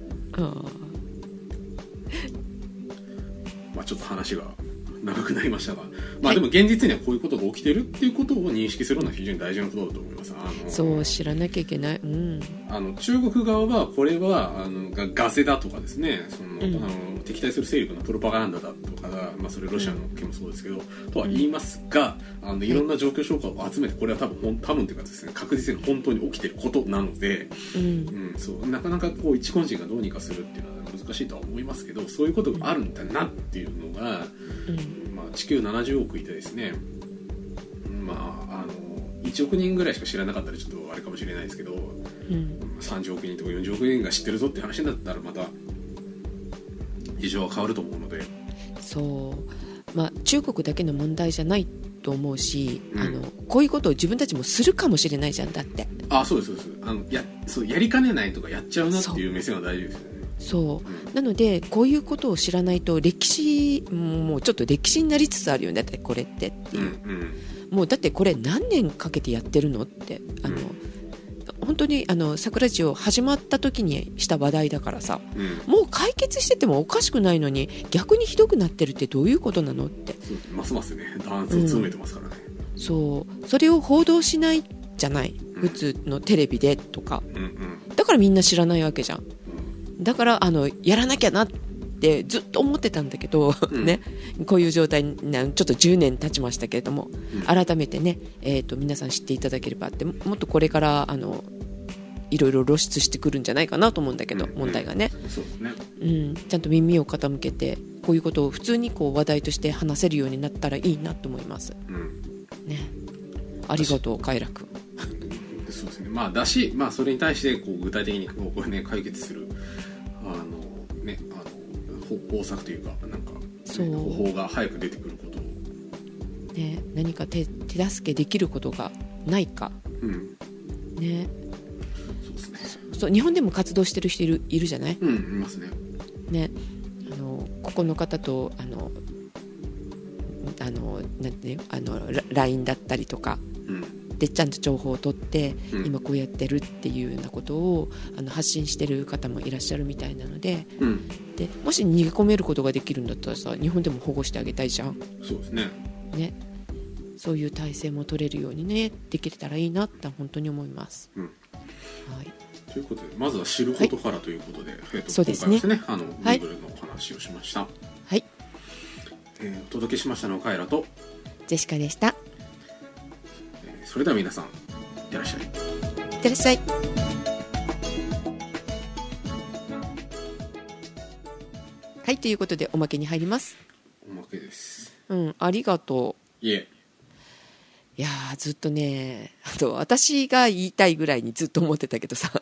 ちょっと話が長くなりましたが、 まあでも現実にはこういうことが起きてるっていうことを認識するのは非常に大事なことだと思います。 そう知らなきゃいけない、 中国側はこれはガセだとかですね、敵対する勢力のプロパガンダだとか、まあ、それロシアの件もそうですけど、とは言いますが、いろんな状況証拠を集めて、これは多分というかですね、確実に本当に起きてることなので、そうなかなかこう一個人がどうにかするっていうのは難しいとは思いますけど、そういうことがあるんだなっていうのが、まあ、地球70億いてですね、まあ1億人ぐらいしか知らなかったらちょっとあれかもしれないですけど、30億人とか40億人が知ってるぞっていう話になったらまた事情は変わると思うので、 そう、まあ、中国だけの問題じゃないと思うし、こういうことを自分たちもするかもしれないじゃん。だってそうですそうやりかねないとかやっちゃうなっていう目線は大事ですよね。 そう、なのでこういうことを知らないと歴史もうちょっと歴史になりつつあるよね、だってこれってっていう、もうだってこれ何年かけてやってるのって本当に桜ジオ始まった時にした話題だからさ、もう解決しててもおかしくないのに逆にひどくなってるってどういうことなのって、 ますますね弾圧を強めてますからね、 それを報道しないじゃない、普通のテレビでとか、だからみんな知らないわけじゃん。だからやらなきゃなってずっと思ってたんだけど、ね、こういう状態にちょっと10年経ちましたけれども、改めてね、皆さん知っていただければって、もっとこれからいろいろ露出してくるんじゃないかなと思うんだけど、問題がね、 そうですね、 ちゃんと耳を傾けてこういうことを普通にこう話題として話せるようになったらいいなと思います、ね、ありがとうカイラ君そうですね、まあだし、まあ、それに対してこう具体的にこう、ね、解決する方策というか、なんか、ね、方法が早く出てくることを、 ね、何か手助けできることがないか、ね、そうですね、そう日本でも活動してる人いるじゃない、 いますね。 ね、ここの方となんてね、LINE だったりとか、でちゃんと情報を取って、今こうやってるっていうようなことを発信してる方もいらっしゃるみたいなので、でもし逃げ込めることができるんだったらさ、日本でも保護してあげたいじゃん。 そうですね。 ね、そういう体制も取れるようにね、できれたらいいなって本当に思います。はい。 ということで、まずは知ることからということで、 そうですね。 今回ですね、Google のお話をしました。 はい。 お届けしましたのはカエラとジェシカでした。 それでは皆さん、いってらっしゃい。 いってらっしゃい。はい、ということでおまけに入ります。 おまけです。 ありがとう。いやずっとね、私が言いたいぐらいにずっと思ってたけどさ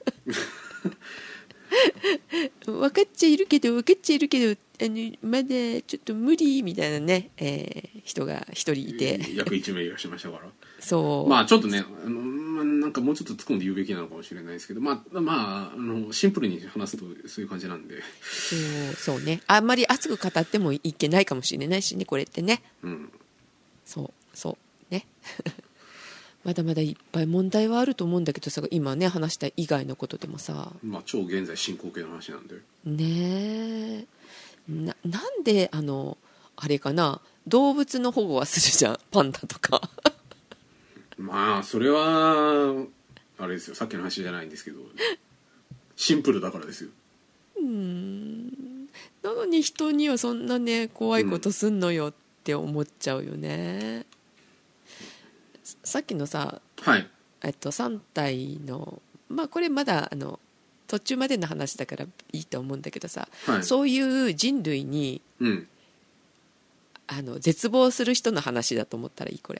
分かっちゃいるけどまだちょっと無理みたいなね、人が一人いて約1名いらっしゃいましたからそう、 まあちょっとね、なんかもうちょっと突っ込んで言うべきなのかもしれないですけど、まあシンプルに話すとそういう感じなんで、 そうね、あんまり熱く語ってもいけないかもしれないしね、これってね、そうねまだまだいっぱい問題はあると思うんだけどさ、今ね話した以外のことでもさ、 まあ超現在進行形の話なんでねえ、なんであれかな、動物の保護はするじゃん、パンダとかまあそれはあれですよ、さっきの話じゃないんですけど、シンプルだからですよ。 なのに人にはそんなね怖いことすんのよって思っちゃうよね、さっきのさ、3体の、まあこれまだ途中までの話だからいいと思うんだけどさ、そういう人類に、絶望する人の話だと思ったらいい、これ。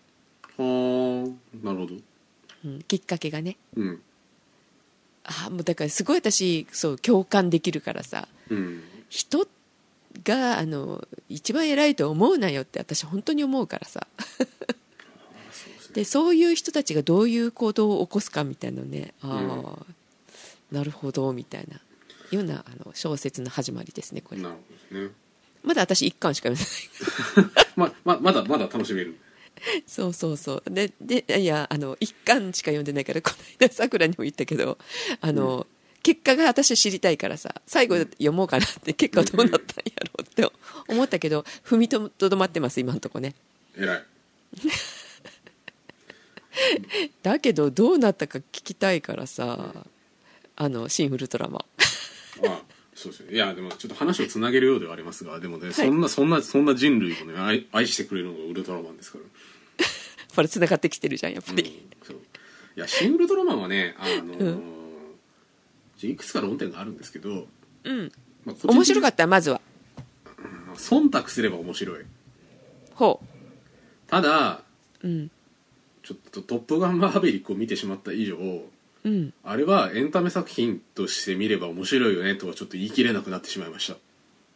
なるほど、 きっかけがね、もうだからすごい私そう共感できるからさ、人が一番偉いと思うなよって私本当に思うからさでそういう人たちがどういう行動を起こすかみたいなね、なるほどみたいなような小説の始まりですね、これ。 なるほどですね。 まだ私1巻しか読めないまだ楽しめる。 そうでいや1巻しか読んでないから、この間さくらにも言ったけど結果が私は知りたいからさ、最後読もうかなって結果どうなったんやろうって思ったけど、踏みとどまってます今のとこね。 偉い。 だけどどうなったか聞きたいからさ、シン・ウルトラマン。 あ、そうですね。いやでもちょっと話をつなげるようではありますが、でもね、 はい、 そんな人類をね愛してくれるのがウルトラマンですから。 これつながってきてるじゃんやっぱり、 そう。いやシン・ウルトラマンはね、いくつか論点があるんですけど、 まあ、面白かった。まずは忖度すれば面白い。 ほう。 ただ、ちょっと「トップガンマーヴェリック」を見てしまった以上、あれはエンタメ作品として見れば面白いよねとはちょっと言い切れなくなってしまいました。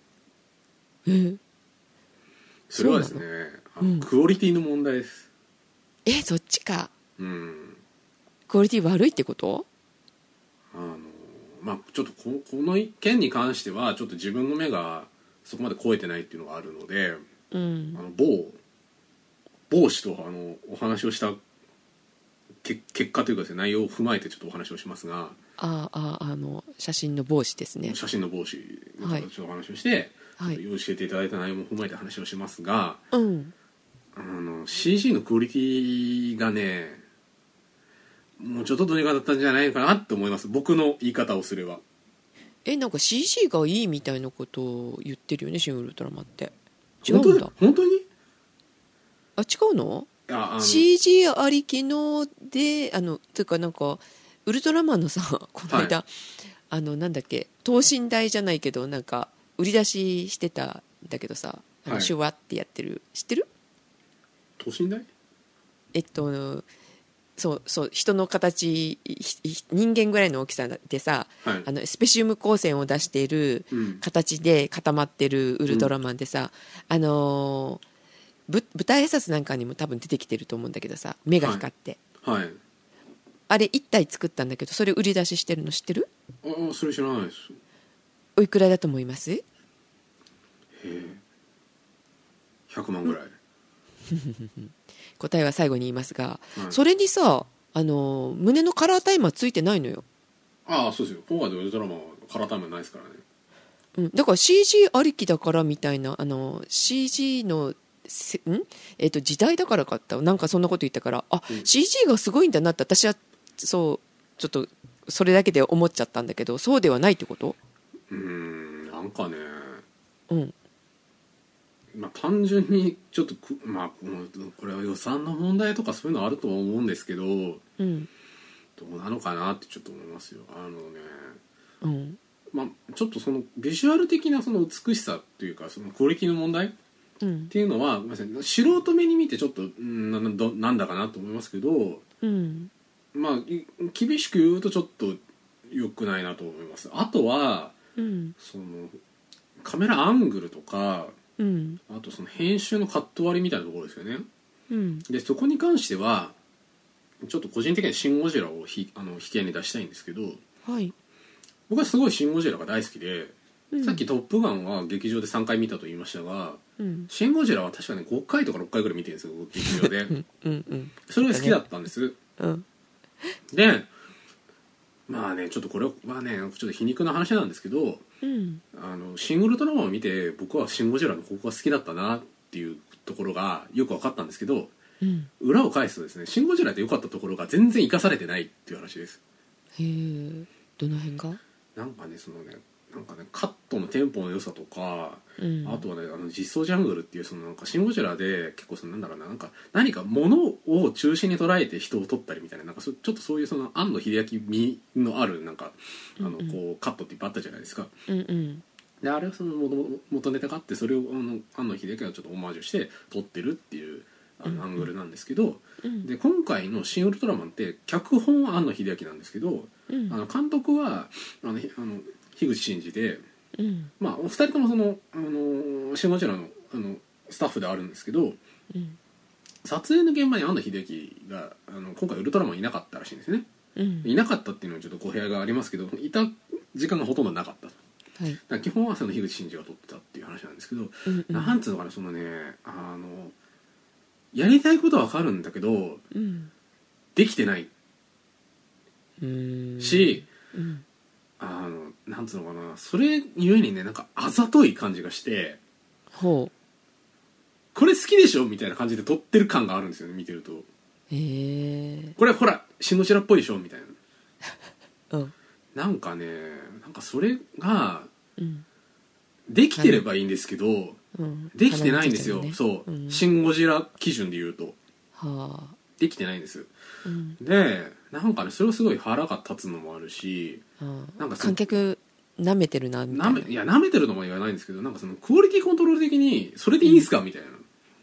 それはですね、クオリティの問題です。 そっちか。クオリティ悪いってこと？ まあちょっとこの件に関してはちょっと自分の目がそこまで超えてないっていうのがあるので、某氏とお話をした結果というかですね、内容を踏まえてちょっとお話をしますが、 写真の帽子ですね。 写真の帽子のちょっとお話をして、はい、教えていただいた内容も踏まえて話をしますが、CG のクオリティがね、もうちょっとどうにかだったんじゃないかなって思います。僕の言い方をすれば。 なんか CG がいいみたいなことを言ってるよね、シン・ウルトラマンって。違うんだ。 本当に？ 違うの？CG ありきので、というかなんかウルトラマンのさ、この間、はい、なんだっけ、等身大じゃないけどなんか売り出ししてたんだけどさ、シュワってやってる、知ってる？ 等身大？ そう人の形、人間ぐらいの大きさでさ、はい、スペシウム光線を出している形で固まってるウルトラマンでさ、舞台挨拶なんかにも多分出てきてると思うんだけどさ、目が光って、 はいはい、 あれ1体作ったんだけど、それ売り出ししてるの知ってる？ それ知らないです。 おいくらだと思います？ 100万ぐらい。 答えは最後に言いますが、それにさ、胸のカラータイマーついてないのよ。 そうですよ。今回のウルトラマンはカラータイマーないですからね。 だから CG ありきだからみたいな、CG の時代だからかった、なんかそんなこと言ったから、CG がすごいんだなって私はそうちょっとそれだけで思っちゃったんだけど、そうではないってこと？ なんかね、単純にちょっとこれは予算の問題とかそういうのあるとは思うんですけど、どうなのかなってちょっと思いますよ。ちょっとそのビジュアル的なその美しさというか、そのクオリティの問題っていうのは、ごめんなさい、素人目に見てちょっとなんだかなと思いますけど、厳しく言うとちょっと良くないなと思います。あとは、そのカメラアングルとか、あとその編集のカット割りみたいなところですよね。でそこに関してはちょっと個人的にはシン・ゴジラを引き合いに出したいんですけど、僕はすごいシン・ゴジラが大好きで、さっき「トップガン」は劇場で3回見たと言いましたが、シン・ゴジラは確かね5回とか6回ぐらい見てるんですよ、劇場で。それが好きだったんです。でちょっとこれはねちょっと皮肉な話なんですけど、シン・ウルトラマンを見て僕はシン・ゴジラのここが好きだったなっていうところがよく分かったんですけど、裏を返すとですね、シン・ゴジラって良かったところが全然生かされてないっていう話です。 へえ、どの辺が？なんかねカットのテンポの良さとか、あとはね実装ジャングルっていうそのなんかシン・ゴジラで結構その何か物を中心に捉えて人を撮ったりみたいな、ちょっとそういうその庵野秀明味のあるこうカットっていっぱいあったじゃないですか。であれはその元ネタがあって、それを庵野秀明がちょっとオマージュして撮ってるっていうアングルなんですけど、で今回の「シン・ウルトラマン」って脚本は庵野秀明なんですけど、監督は樋口真嗣で、お二人ともそのシン・ゴジラのスタッフであるんですけど、撮影の現場に庵野秀明が今回ウルトラマンいなかったらしいんですね。いなかったっていうのはちょっと語弊がありますけど、いた時間がほとんどなかったと。だから基本はその樋口真嗣が撮ってたっていう話なんですけど、なんつうのかな、そのねやりたいことは分かるんだけど、できてないし、 なんつうのかな、それゆえにねなんかあざとい感じがして、 ほう、 これ好きでしょみたいな感じで撮ってる感があるんですよね、見てると。これほらシン・ゴジラっぽいでしょみたいな、うん、なんかね、なんかそれが、うん、できてればいいんですけど、うん、できてないんですよ、ね、そう、うん、シン・ゴジラ基準で言うと、はあ、できてないんです、うん、でなんかねそれをすごい腹が立つのもあるし、 はあ、なんか観客舐めてるなみたいな、 いや舐めてるのも言わないんですけど、なんかそのクオリティコントロール的にそれでいいんすか、うん、みたいな。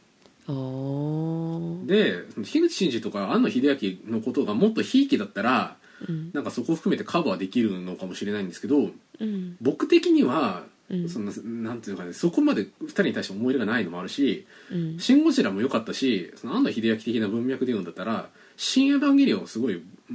で樋口真嗣とか庵野秀明のことがもっとひいきだったら、うん、なんかそこを含めてカバーできるのかもしれないんですけど、うん、僕的には、うん、そんななんていうかね、そこまで2人に対して思い入れがないのもあるし、うん、シン・ゴジラも良かったし、その庵野秀明的な文脈で言うんだったら新エヴァンゲリオンすごい、うん、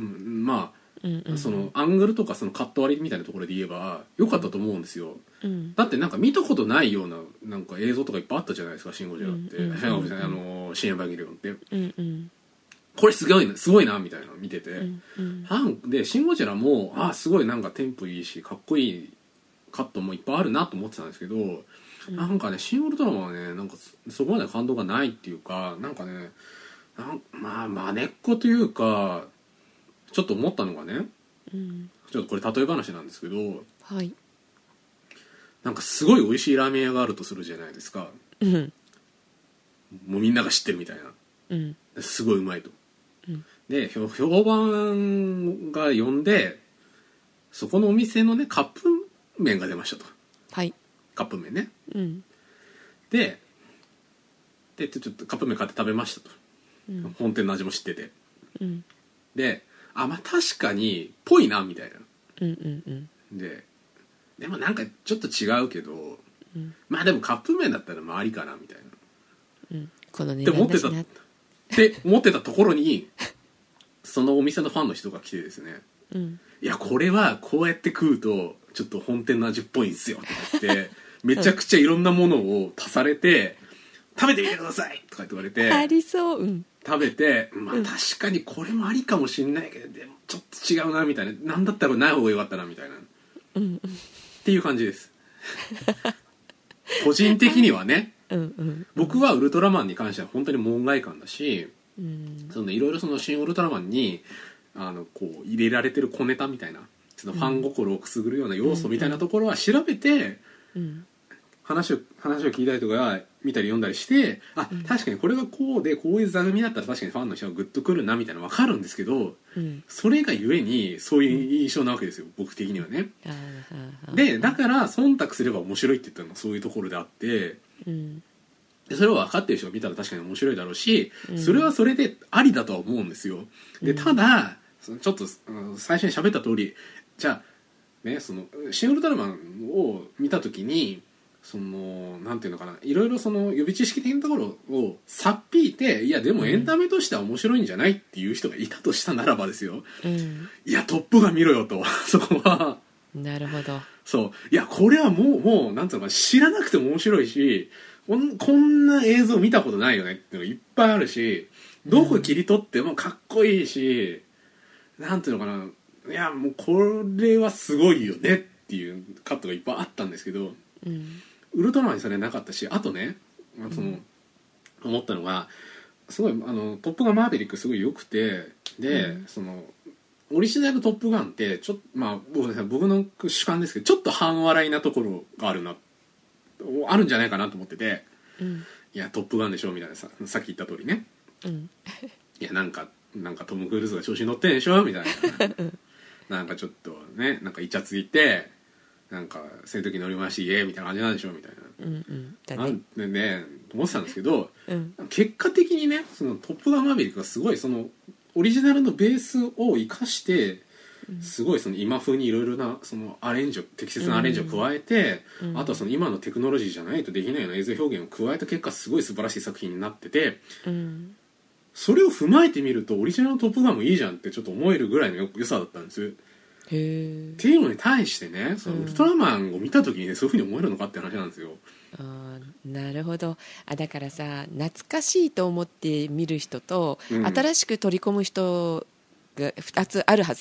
まあそのアングルとかそのカット割りみたいなところで言えば良かったと思うんですよ、うん、だってなんか見たことないようななんか映像とかいっぱいあったじゃないですか、シン・ゴジラって、新エヴァンゲリオンって、うんうん、これすごいなみたいなの見てて、うんうん、でシン・ゴジラもすごいなんかテンポいいしかっこいいカットもいっぱいあるなと思ってたんですけど、うん、なんかねシン・ウルトラマンはねなんかそこまで感動がないっていうか、なんかねまあ根っこというかちょっと思ったのがね、うん、ちょっとこれ例え話なんですけど、はい、なんかすごい美味しいラーメン屋があるとするじゃないですか、うん、もうみんなが知ってるみたいな、うん、すごいうまいと、うん、で評判が呼んでそこのお店のねカップ麺が出ましたと、はい、カップ麺ね、うん、でちょっとカップ麺買って食べましたと、うん、本店の味も知ってて、うん、でまあ確かにぽいなみたいな、うんうんうん、でもなんかちょっと違うけど、うん、まあでもカップ麺だったらまあありかなみたいな、うん、この値段だしなって思ってたところにそのお店のファンの人が来てですね、うん、いやこれはこうやって食うとちょっと本店の味っぽいんですよとか言ってめちゃくちゃいろんなものを足されて、食べてみてくださいとか言われてありそう、うん、 食べて、まあ確かにこれもありかもしんないけど、でもちょっと違うなみたいな、なんだったらない方がよかったなみたいな、うんうん、っていう感じです個人的にはね、うんうんうん、僕はウルトラマンに関しては本当に門外漢だし、うん、そのいろいろその新ウルトラマンにこう入れられてる小ネタみたいな、そのファン心をくすぐるような要素みたいなところは調べて、うんうん、話を聞いたりとか見たり読んだりして、確かにこれがこうでこういう座組だったら確かにファンの人がグッとくるなみたいなの分かるんですけど、うん、それがゆえにそういう印象なわけですよ、僕的にはね、でだから忖度すれば面白いって言ったのはそういうところであって、うん、でそれを分かってる人が見たら確かに面白いだろうし、それはそれでありだとは思うんですよ。でただちょっと最初に喋った通り、じゃあね、そのシン・ウルトラマンを見た時にそのなんていうのかな、いろいろその予備知識的なところをさっぴいて、いやでもエンタメとしては面白いんじゃないっていう人がいたとしたならばですよ、うん、いやトップガン見ろよとそこはなるほど、 そういやこれはもうなんていうのかな、知らなくても面白いし、こんな映像見たことないよねっていうのがいっぱいあるし、どこ切り取ってもかっこいいし、なんていうのかな、いやもうこれはすごいよねっていうカットがいっぱいあったんですけど、うん、ウルトラマンにそれなかったし、あとね、その、思ったのがすごいトップガンマーヴェリックすごい良くて、で、そのオリジナルトップガンってちょっとまあ僕の主観ですけどちょっと半笑いなところがあるんじゃないかなと思ってて、いやトップガンでしょみたいなさっき言った通りね、いやなんかトム・クルーズが調子に乗ってんでしょみたいななんかちょっとね、なんかイチャついてなんか戦闘機乗り回しイエーみたいな感じなんでしょみたいな、なんでね思ってたんですけど、結果的にねそのトップガンマーヴェリックがすごいそのオリジナルのベースを生かしてすごいその今風にいろいろなその適切なアレンジを加えて、あとはその今のテクノロジーじゃないとできないような映像表現を加えた結果すごい素晴らしい作品になってて、それを踏まえてみるとオリジナルのトップガンもいいじゃんってちょっと思えるぐらいの良さだったんです。っていうのに対してね、そのウルトラマンを見た時にね、そういう風に思えるのかって話なんですよ。 なるほど。だからさ、懐かしいと思って見る人と、新しく取り込む人が2つあるはずだっ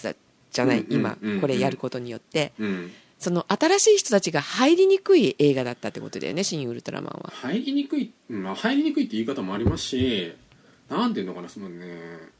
じゃない、今これやることによって、その新しい人たちが入りにくい映画だったってことだよね、新ウルトラマンは。 入りにくいって言い方もありますし、なんていうのかな、そのね、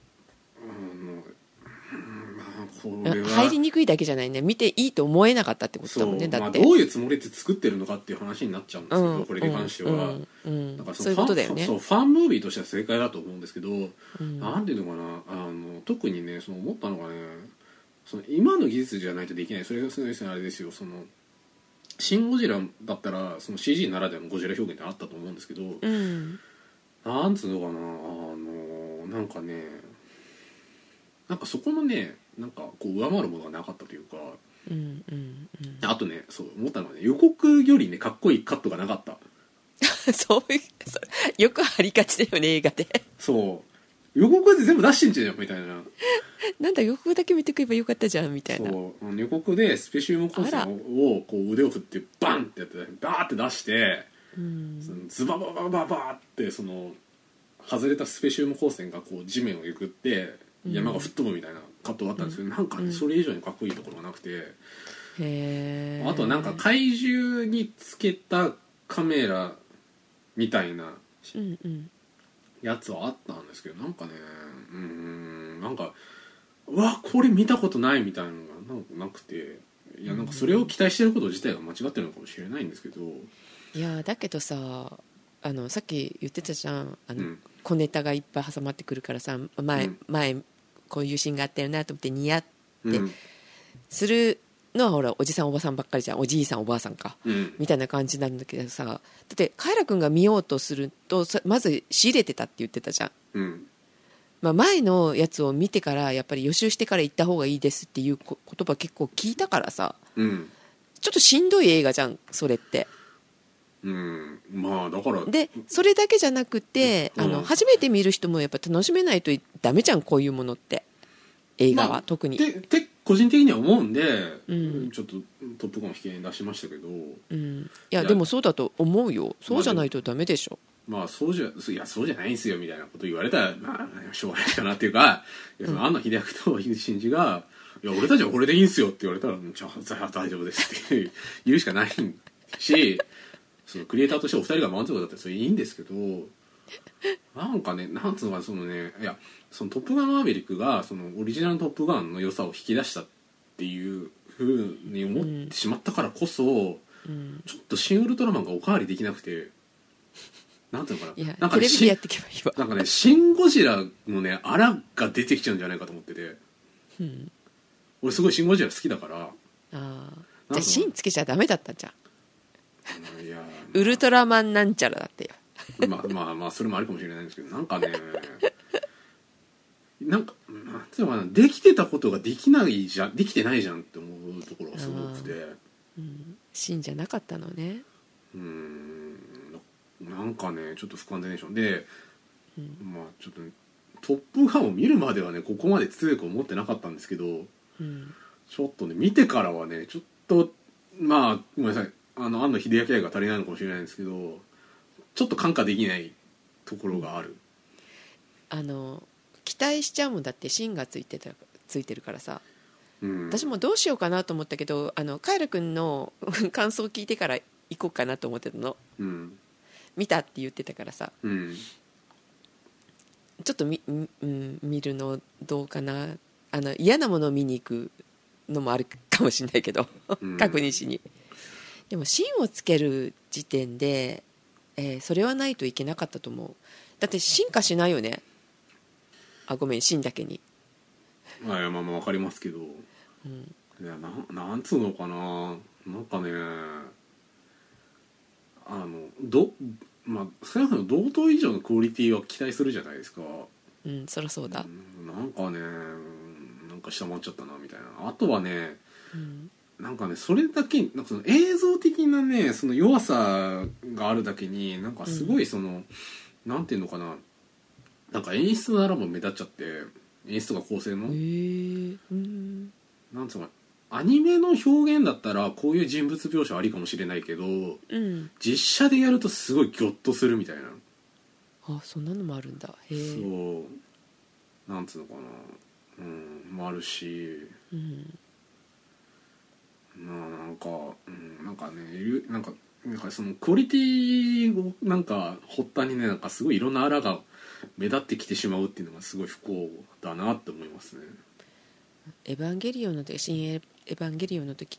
これは入りにくいだけじゃないね、見ていいと思えなかったってことだもんね。だって、 どういうつもりで作ってるのかっていう話になっちゃうんですけど、これに関しては、だからそういうことだよね。 ファンムービーとしては正解だと思うんですけど、なんていうのかな、特にね、その思ったのがね、その今の技術じゃないとできない、それがあれですよ、そのシン・ゴジラだったらその CG ならではのゴジラ表現ってあったと思うんですけど、なんつうのかな、なんかね、なんかそこのね、なんかこう上回るものがなかったというか、あとね、そう思ったのはね、予告よりねかっこいいカットがなかった。 そういう、よくありがちだよね、映画で。 そう予告で全部出してんじゃんみたいな。 なんだ予告だけ見てくればよかったじゃんみたいな。 そう予告でスペシウム光線をこう腕を振ってバンってやってバーって出して、そのズバババババーってその外れたスペシウム光線がこう地面をゆくって山が吹っ飛ぶみたいなカットがあったんですけど、なんかねそれ以上にかっこいいところがなくて、あとなんか怪獣につけたカメラみたいなやつはあったんですけど、なんかねなんかうわこれ見たことないみたいなのがなんかなくて、いやなんかそれを期待してること自体が間違ってるのかもしれないんですけど、 いやだけどさ、さっき言ってたじゃん、小ネタがいっぱい挟まってくるからさ、前こういうシーンがあったよなと思ってニヤってするのはほらおじさんおばさんばっかりじゃん、おじいさんおばあさんか、みたいな感じなんだけどさ、だってカイラ君が見ようとするとまず仕入れてたって言ってたじゃん、前のやつを見てからやっぱり予習してから行った方がいいですっていう言葉結構聞いたからさ、ちょっとしんどい映画じゃんそれって。 まあだからでそれだけじゃなくて、初めて見る人もやっぱ楽しめないとダメじゃんこういうものって、映画は、特にって個人的には思うんで、ちょっとトップガンを引き合いに出しましたけど、 いやでもそうだと思うよ、そうじゃないとダメでしょ。 そうじゃないんすよみたいなこと言われたらしょうがないかなっていうか、その庵野秀明と樋口真嗣がいや俺たちはこれでいいんすよって言われたらじゃあ大丈夫ですって言うしかないし、そのクリエイターとしてお二人が満足だったらそれいいんですけど、なんかね、なんつうのかな、そのね、いやそのトップガンマーヴェリックがそのオリジナルのトップガンの良さを引き出したっていうふうに思ってしまったからこそ、ちょっとシン・ウルトラマンがおかわりできなくて、なんていうのかな、なんかね、 テレビでやっていけばいいわ。 なんかね、シン・ゴジラのねあらが出てきちゃうんじゃないかと思ってて、俺すごいシン・ゴジラ好きだから、 じゃあシンつけちゃダメだったんじゃん。 いやウルトラマンなんちゃらだってよ。 まあそれもあるかもしれないんですけど、なんかねなんかなんていうのかな、できてたことができてないじゃんって思うところがすごくて、 シンじゃなかったのね。 なんかねちょっと不完全でしょで、まあちょっと、ね、トップガンを見るまではねここまで強く思ってなかったんですけど、ちょっとね見てからはねちょっとまあごめんなさい、庵野秀明愛が足りないのかもしれないんですけど、ちょっと感化できないところがある。 期待しちゃうもんだって、シンがついてるからさ、私もどうしようかなと思ったけど、カイラ君の感想を聞いてから行こうかなと思ってたの、見たって言ってたからさ、ちょっと見るのどうかな、嫌なものを見に行くのもあるかもしれないけど確認しに。でも芯をつける時点で、それはないといけなかったと思う。だって進化しないよね。ごめん、芯だけに。 まあ分かりますけど、いやなんつうのかな、なんかねまあ少なくとも同等以上のクオリティは期待するじゃないですか。 そりゃそうだ。 なんかねなんか下回っちゃったなみたいな。あとはね、なんかねそれだけなんかその映像的なねその弱さがあるだけになんかすごいその、なんていうのかな、なんか演出ならも目立っちゃって、演出とか構成の、なんつうのかな、アニメの表現だったらこういう人物描写ありかもしれないけど、実写でやるとすごいギョッとするみたいな。 そんなのもあるんだ。 そうなんつうのかもあるし、なんかね、なんかそのクオリティをなんか発端にね、なんかすごいいろんなあらが目立ってきてしまうっていうのがすごい不幸だなって思いますね。 エヴァンゲリオンの時、新エヴァンゲリオンの時って、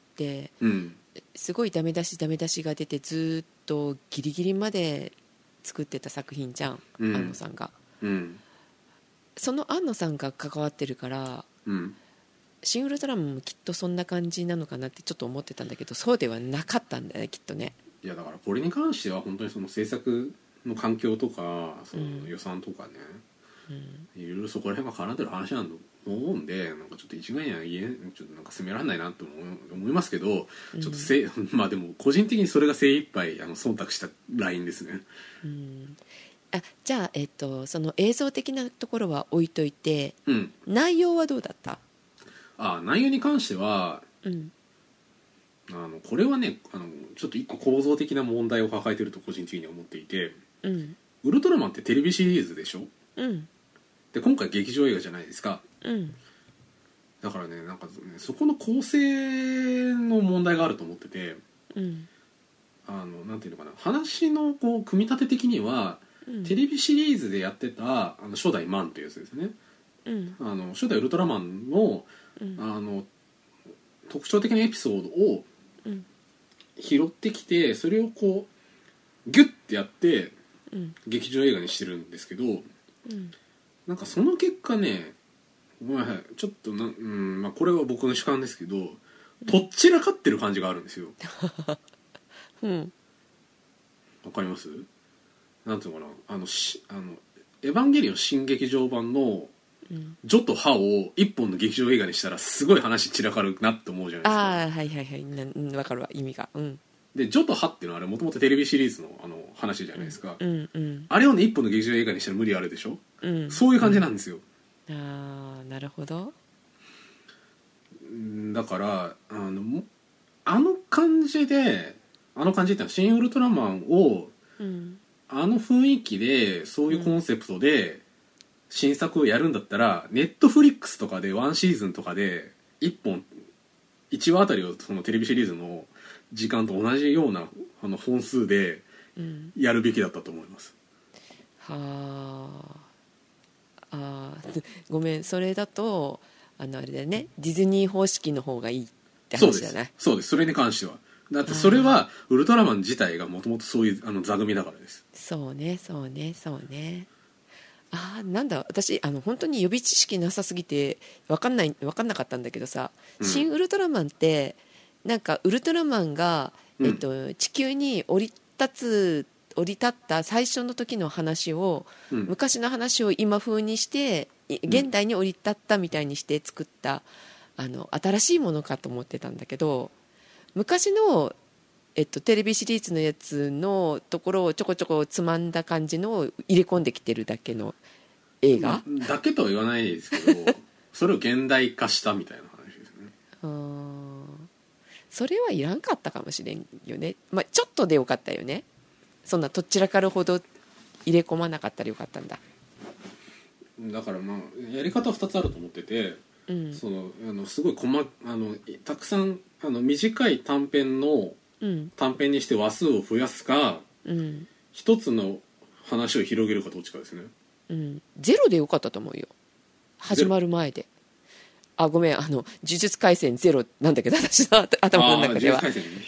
うんすごいダメ出しが出てずっとギリギリまで作ってた作品じゃん、庵野さんが、その庵野さんが関わってるから、シン・ウルトラマンもきっとそんな感じなのかなってちょっと思ってたんだけど、そうではなかったんだよね、きっとね。 いやだからこれに関しては本当にその制作の環境とかその予算とかね、いろいろそこら辺が絡んでる話なんだと思うんで、なんかちょっと一概にはちょっとなんか責められないなと思いますけど、ちょっとまあでも個人的にそれが精一杯忖度したラインですね。 じゃあ、その映像的なところは置いといて、内容はどうだった？ 内容に関しては、これはねちょっと一個構造的な問題を抱えてると個人的には思っていて、ウルトラマンってテレビシリーズでしょ、で今回劇場映画じゃないですか、だからねなんかねそこの構成の問題があると思ってて、なんていうのかな、話のこう組み立て的には、テレビシリーズでやってた初代マンというやつですね、初代ウルトラマンの、特徴的なエピソードを拾ってきて、それをこうギュッてやって、劇場映画にしてるんですけど、なんかその結果ね、ごめんなさい、ちょっとまあ、これは僕の主観ですけど、とっちらかってる感じがあるんですよ。わかります？なんていうのかな、エヴァンゲリオン新劇場版のジョとハを一本の劇場映画にしたらすごい話散らかるなって思うじゃないですか。 分かるわ、意味が。 でジョとハっていうのはあれもともとテレビシリーズの話じゃないですか、あれをね一本の劇場映画にしたら無理あるでしょ、そういう感じなんですよ。 なるほど。 だから感じでっていうのは新ウルトラマンを、雰囲気でそういうコンセプトで新作をやるんだったら、ネットフリックスとかでワンシーズンとかで1話あたりをそのテレビシリーズの時間と同じような本数でやるべきだったと思います。 ごめん、それだとあれだよね、ディズニー方式の方がいいって話じゃない？ そうです。それに関してはだってそれはウルトラマン自体がもともとそういう座組だからです。そうね。 なんだ、私本当に予備知識なさすぎて分かんなかったんだけどさ、新ウルトラマンってなんかウルトラマンが、地球に降り立った最初の時の話を、昔の話を今風にして現代に降り立ったみたいにして作った、新しいものかと思ってたんだけど、昔のテレビシリーズのやつのところをちょこちょこつまんだ感じのを入れ込んできてるだけの映画、 だけとは言わないですけどそれを現代化したみたいな話ですね。 それはいらんかったかもしれんよね、ちょっとでよかったよね。そんなとっちらかるほど入れ込まなかったらよかったんだ。 だからやり方は2つあると思ってて、すごいたくさん短い短編にして話数を増やすか、一つの話を広げるかどっちかですね。 ゼロでよかったと思うよ、始まる前で。ごめん、呪術廻戦ゼロなんだけど、私の頭の中では。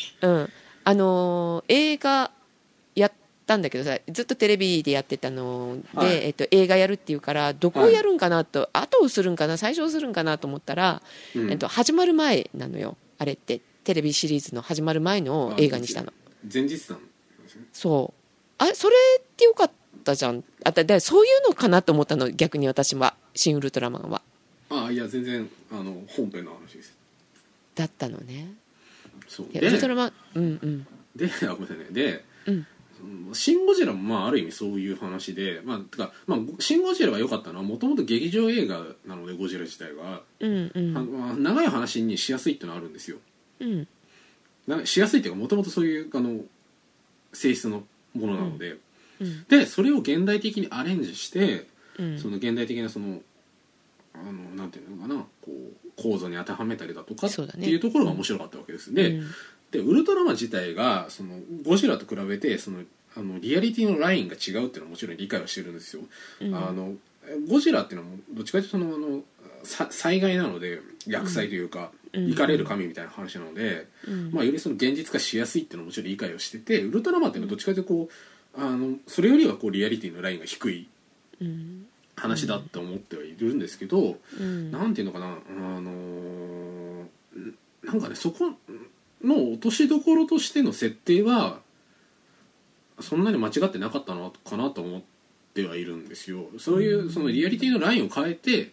映画やったんだけどさ、ずっとテレビでやってたので、映画やるっていうからどこをやるんかなと、後をするんかな最初をするんかなと思ったら、始まる前なのよ、あれってテレビシリーズの始まる前の映画にしたの。 前日なんですね。 そうそれってよかったじゃん。だそういうのかなと思ったの、逆に私は新ウルトラマンは。 いや全然本編の話ですだったのね。 そうウルトラマンでごめんなさいね。で、シン・ゴジラもある意味そういう話で、シン・ゴジラが良かったのはもともと劇場映画なので、ゴジラ自体が、長い話にしやすいっていうのはあるんですよ。しやすいっていうか、もともとそういう性質のものなので、でそれを現代的にアレンジして、その現代的なそのなんていうのかな、こう構造に当てはめたりだとかってそうだねいうところが面白かったわけです、でウルトラマン自体がそのゴジラと比べてリアリティのラインが違うっていうのはもちろん理解はしてるんですよ、ゴジラっていうのはどっちかというと災害なので、厄災というか、怒かれる神みたいな話なので、まあ、よりその現実化しやすいっていうのはもちろん理解をしてて、ウルトラマンっていうのはどっちかというとこうそれよりはこうリアリティのラインが低い話だって思ってはいるんですけど、なんていうのかな、なんかね、そこの落としどころとしての設定はそんなに間違ってなかったのかなと思ってはいるんですよ。そういうそのリアリティのラインを変えて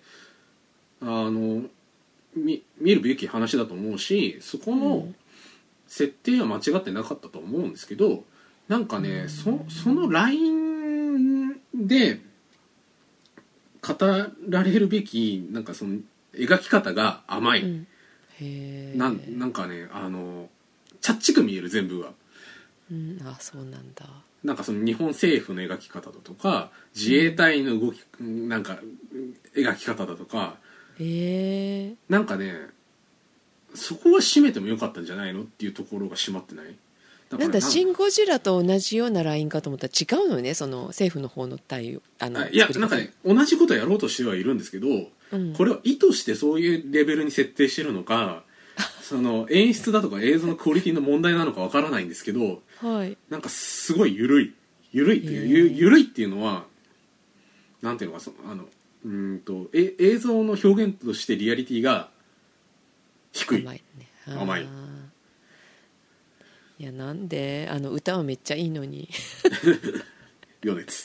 見るべき話だと思うし、そこの設定は間違ってなかったと思うんですけど、なんかね、そのラインで語られるべきなんかその描き方が甘い、なんかね、チャッチく見える全部が、 あ、そうなんだ。 なんかその日本政府の描き方だとか、自衛隊の動き、なんか描き方だとか、なんかね、そこは締めてもよかったんじゃないのっていうところが締まってない。 なんだ、シン・ゴジラと同じようなラインかと思ったら違うのね、その政府の方の対応。 いや、なんかね、同じことやろうとしてはいるんですけど、これを意図してそういうレベルに設定してるのか、その演出だとか映像のクオリティの問題なのかわからないんですけど、なんかすごい緩いっていうのは、なんていうのか、映像の表現としてリアリティが低い、甘い。 いや、なんで歌はめっちゃいいのに余熱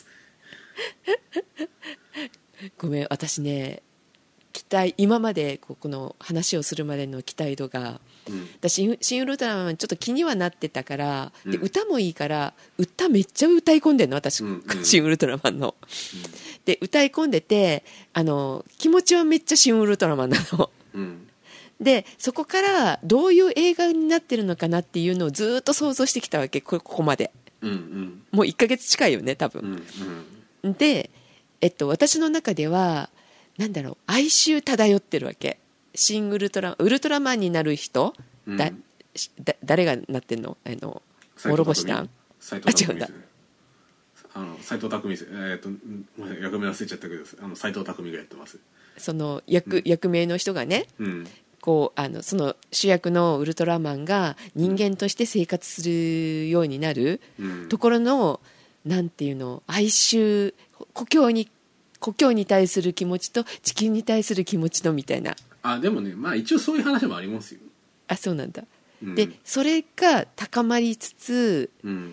ごめん、私ね、今までこの話をするまでの期待度が、私シン・ウルトラマンちょっと気にはなってたから、で歌もいいから歌めっちゃ歌い込んでんの私、シン・ウルトラマンの、で歌い込んでて、気持ちはめっちゃシン・ウルトラマンなの、でそこからどういう映画になってるのかなっていうのをずっと想像してきたわけ、ここまで、もう1ヶ月近いよね多分、で、私の中ではなんだろう、哀愁漂ってるわけ。シン・ウルトラマンになる人、誰がなってんの、諸星団、 斎藤匠ですね。斎藤匠です。役名忘れちゃったけど、斎藤匠がやってます。 その役名の人がね、こうその主役のウルトラマンが人間として生活するようになるところの、なんていうの、哀愁、故郷に対する気持ちと地球に対する気持ちとみたいな。 でもね、まあ一応そういう話もありますよ。 そうなんだ、でそれが高まりつつ、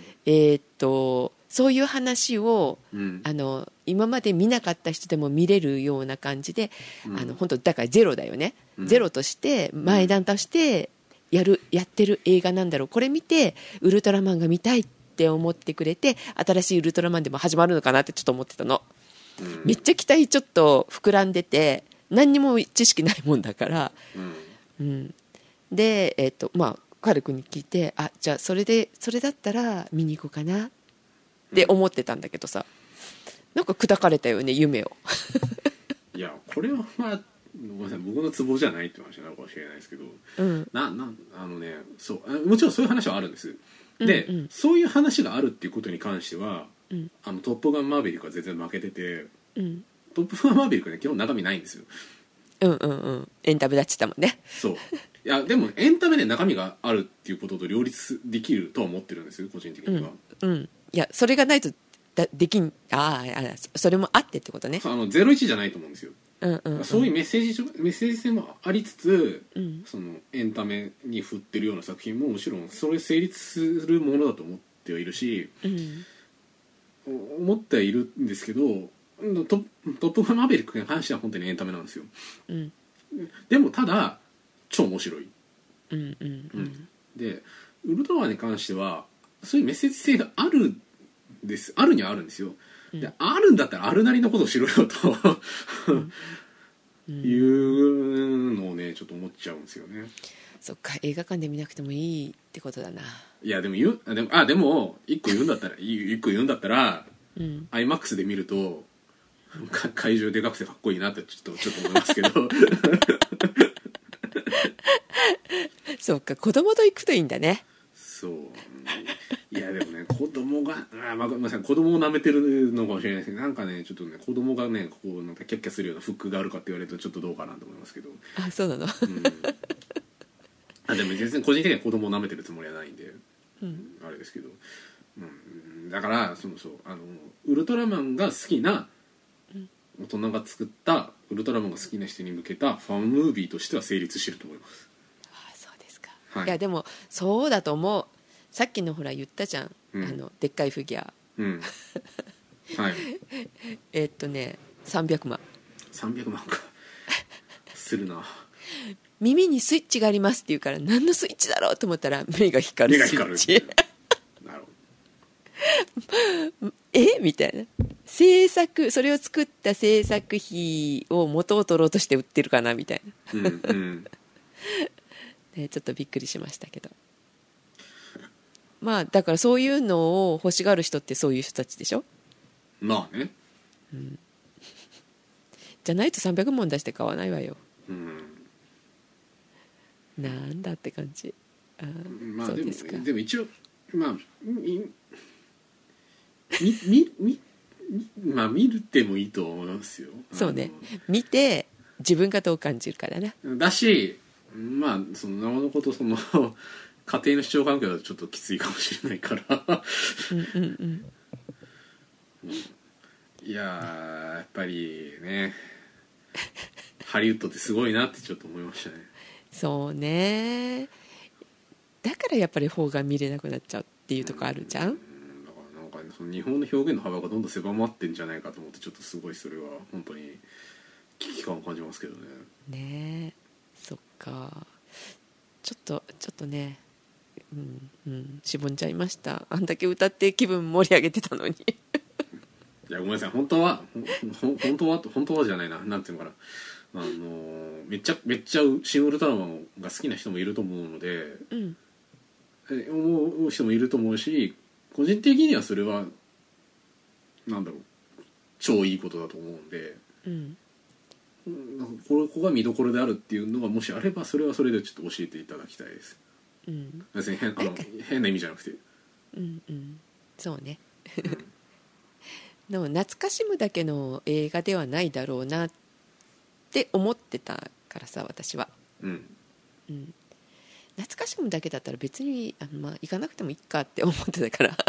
そういう話を、今まで見なかった人でも見れるような感じで、本当だからゼロだよね、ゼロとして前段としてやってる映画なんだろう。これ見てウルトラマンが見たいって思ってくれて、新しいウルトラマンでも始まるのかなってちょっと思ってたの、めっちゃ期待ちょっと膨らんでて、何にも知識ないもんだから、でまあカル君に聞いて、じゃあそれだったら見に行こうかなって思ってたんだけどさ、なんか砕かれたよね、夢をいや、これはまあごめんなさい、僕のツボじゃないって話なのかもしれないですけど、そうもちろんそういう話はあるんです。で、そういう話があるっていうことに関しては、トップガンマーヴェリックは全然負けてて、トップガンマーヴェリックね、基本中身ないんですよ。 エンタメだっつったもんね。 そう、いやでもエンタメで中身があるっていうことと両立できるとは思ってるんですよ、個人的には。 いや、それがないとできん。それもあってってことね。 01じゃないと思うんですよ。そういうメッセージ性もありつつ、そのエンタメに振ってるような作品ももちろんそれ成立するものだと思ってはいるし、思ってはいるんですけど、トップガンマーヴェリックに関しては本当にエンタメなんですよ。でもただ超面白い。でウルトラマンに関してはそういうメッセージ性があるにはあるんですよ。であるんだったらあるなりのことをしろよというのをね、ちょっと思っちゃうんですよね。 そっか、映画館で見なくてもいいってことだな。 いやでも1個言うんだったらIMAX で見ると怪獣でかくてかっこいいなってちょっと思いますけどそうか、子供と行くといいんだね。 そういやでもね子供がごめんなさい、子供を舐めてるのかもしれないですけど、なんかねちょっとね子供がねこうなんかキャッキャするようなフックがあるかって言われるとちょっとどうかなと思いますけど。 あ、そうなの。 でも全然個人的には子供を舐めてるつもりはないんで、あれですけど、だからそうウルトラマンが好きな大人が作ったウルトラマンが好きな人に向けたファンムービーとしては成立してると思います。 あ、そうですか、 はい、 いやでもそうだと思う。さっきのほら言ったじゃん、でっかいフィギュア、はい300万 300万かするな。 耳にスイッチがありますって言うから何のスイッチだろうと思ったら目が光るスイッチなるほどみたいな。それを作った制作費を元を取ろうとして売ってるかなみたいな、ね、ちょっとびっくりしましたけど、まあだからそういうのを欲しがる人ってそういう人たちでしょ。 まあね、 じゃないと300万出して買わないわよ、なんだって感じ。 まあそうですか。 でも一応まあ見るってもいいと思いますよ。 そうね、見て自分がどう感じるからね。 だし、まあその生のこと家庭の視聴環境だとちょっときついかもしれないからいややっぱりねハリウッドってすごいなってちょっと思いましたね。 そうね、だからやっぱり邦画見れなくなっちゃうっていうとこあるじゃん。 だからなんかその日本の表現の幅がどんどん狭まってんじゃないかと思って、ちょっとすごいそれは本当に危機感を感じますけどね。 ねえ、そっか、ちょっとね、しぼんじゃいました。あんだけ歌って気分盛り上げてたのにいやごめんなさい、本当はじゃないな、なんていうのかな、めっちゃシン・ウルトラマンが好きな人もいると思うので、思う人もいると思うし、個人的にはそれはなんだろう、超いいことだと思うんで、ここが見どころであるっていうのがもしあれば、それはそれでちょっと教えていただきたいです。別に変な意味じゃなくて、 そうねでも懐かしむだけの映画ではないだろうなって思ってたからさ、私は、懐かしむだけだったら別に行かなくてもいいかって思ってたから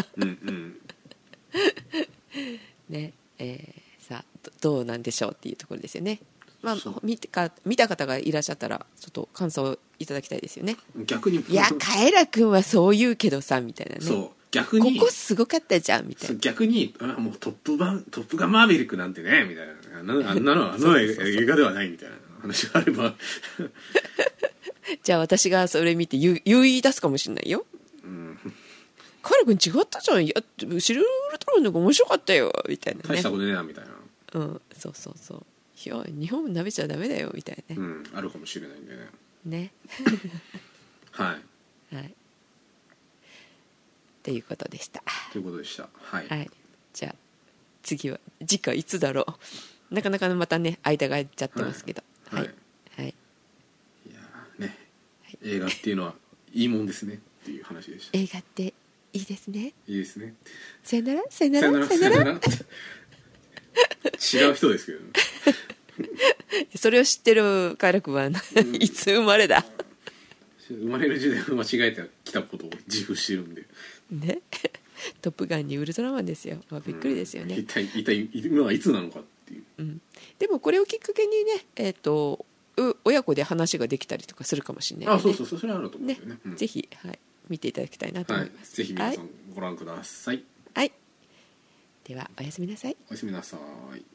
ね、さあどうなんでしょうっていうところですよね。まあ、見た方がいらっしゃったらちょっと感想をいただきたいですよね。 逆にいやカエラ君はそう言うけどさみたいなね。 そう逆にここすごかったじゃんみたいな。 逆にもうトップガンマーヴェリックなんてねみたいな、あんなのは映画ではないみたいな話があればじゃあ私がそれ見て言い出すかもしれないよ。カエラ君違ったじゃん、いやシルウルトラマンの方が面白かったよみたいなね。 大したことねえなみたいな。 そういや日本舐めちゃダメだよみたいなね、 あるかもしれないんでねはいということでした。 はい、 じゃあ次回いつだろう。なかなかまたね間が空いちゃってますけど、いやね、映画っていうのはいいもんですねっていう話でした。 映画っていいですね。 いいですね。 さよならさよならさよなら違う人ですけどねそれを知ってるカエラ君はいつ生まれだ。 生まれる時代を間違えてきたことを自負してるんでねトップガンにウルトラマンですよ、びっくりですよね。 一体今はいつなのかっていう、 でもこれをきっかけにね、親子で話ができたりとかするかもしれない、 そうそれはあると思うんですよね。 ぜひ、見ていただきたいなと思います。 ぜひ皆さんご覧ください。 ではおやすみなさい。 おやすみなさい。